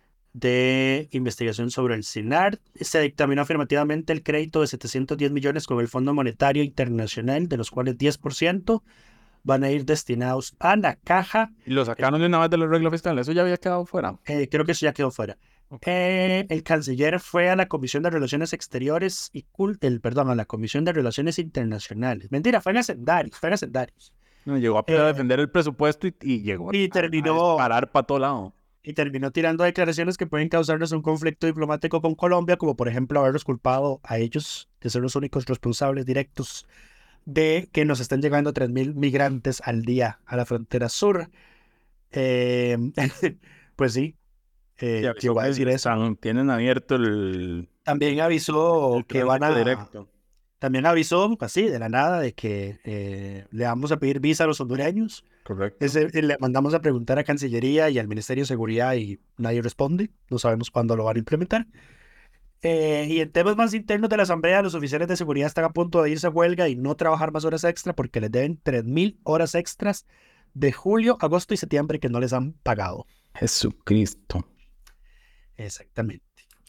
de investigación sobre el SINAR. Se dictaminó afirmativamente el crédito de setecientos diez millones con el Fondo Monetario Internacional, de los cuales diez por ciento van a ir destinados a la caja. Y lo sacaron de una vez de la regla fiscal. Eso ya había quedado fuera. Eh, creo que eso ya quedó fuera. Okay. Eh, el canciller fue a la Comisión de Relaciones Exteriores y Cult el, perdón, a la Comisión de Relaciones Internacionales. Mentira, fue en Hacendarios, fue en Hacendarios. No, llegó a, eh, a defender el presupuesto y, y llegó y a, terminó, a parar para todo lado. Y terminó tirando declaraciones que pueden causarnos un conflicto diplomático con Colombia, como por ejemplo haberlos culpado a ellos de ser los únicos responsables directos de que nos están llegando tres mil migrantes al día a la frontera sur. Eh, pues sí. Eh, ¿Qué va a decir eso? Están, tienen abierto el... También avisó el que van a... Directo. También avisó, así, de la nada, de que eh, le vamos a pedir visa a los hondureños. Correcto. Ese, le mandamos a preguntar a Cancillería y al Ministerio de Seguridad y nadie responde. No sabemos cuándo lo van a implementar. Eh, y en temas más internos de la Asamblea, los oficiales de seguridad están a punto de irse a huelga y no trabajar más horas extra porque les deben tres mil horas extras de julio, agosto y septiembre que no les han pagado. Jesucristo. Exactamente.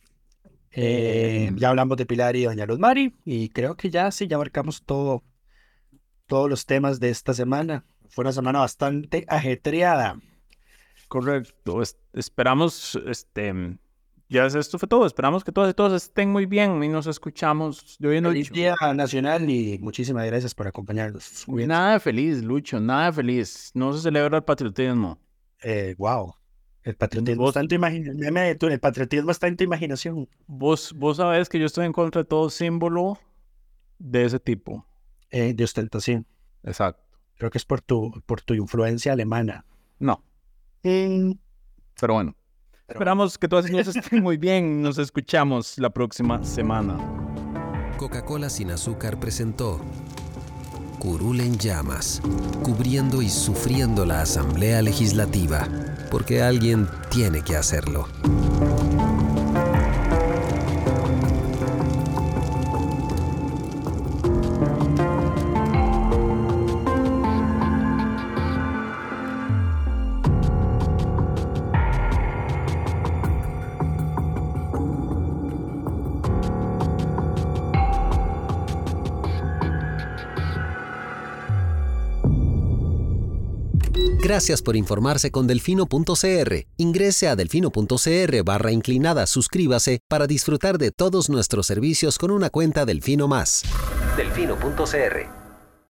Eh, ya hablamos de Pilar y Doña Luzmari y creo que ya sí, ya abarcamos todo, todos los temas de esta semana. Fue una semana bastante ajetreada. Correcto. Es, esperamos, este, ya esto fue todo. Esperamos que todos y todos estén muy bien y nos escuchamos de hoy en Feliz Día Nacional y muchísimas gracias por acompañarnos. Nada de feliz, Lucho, nada de feliz. No se celebra el patriotismo. Eh, wow. El patriotismo, está en tu imaginación. El patriotismo está en tu imaginación. Vos, vos sabés que yo estoy en contra de todo símbolo de ese tipo. Eh, de ostentación. Exacto. Creo que es por tu, por tu influencia alemana. No. Mm. Pero bueno. Pero... Esperamos que todos ellos estén muy bien. Nos escuchamos la próxima semana. Coca-Cola sin azúcar presentó Curul en llamas, cubriendo y sufriendo la Asamblea Legislativa, porque alguien tiene que hacerlo. Gracias por informarse con delfino punto c r. Ingrese a delfino punto c r barra inclinada, suscríbase para disfrutar de todos nuestros servicios con una cuenta Delfino Más. delfino punto c r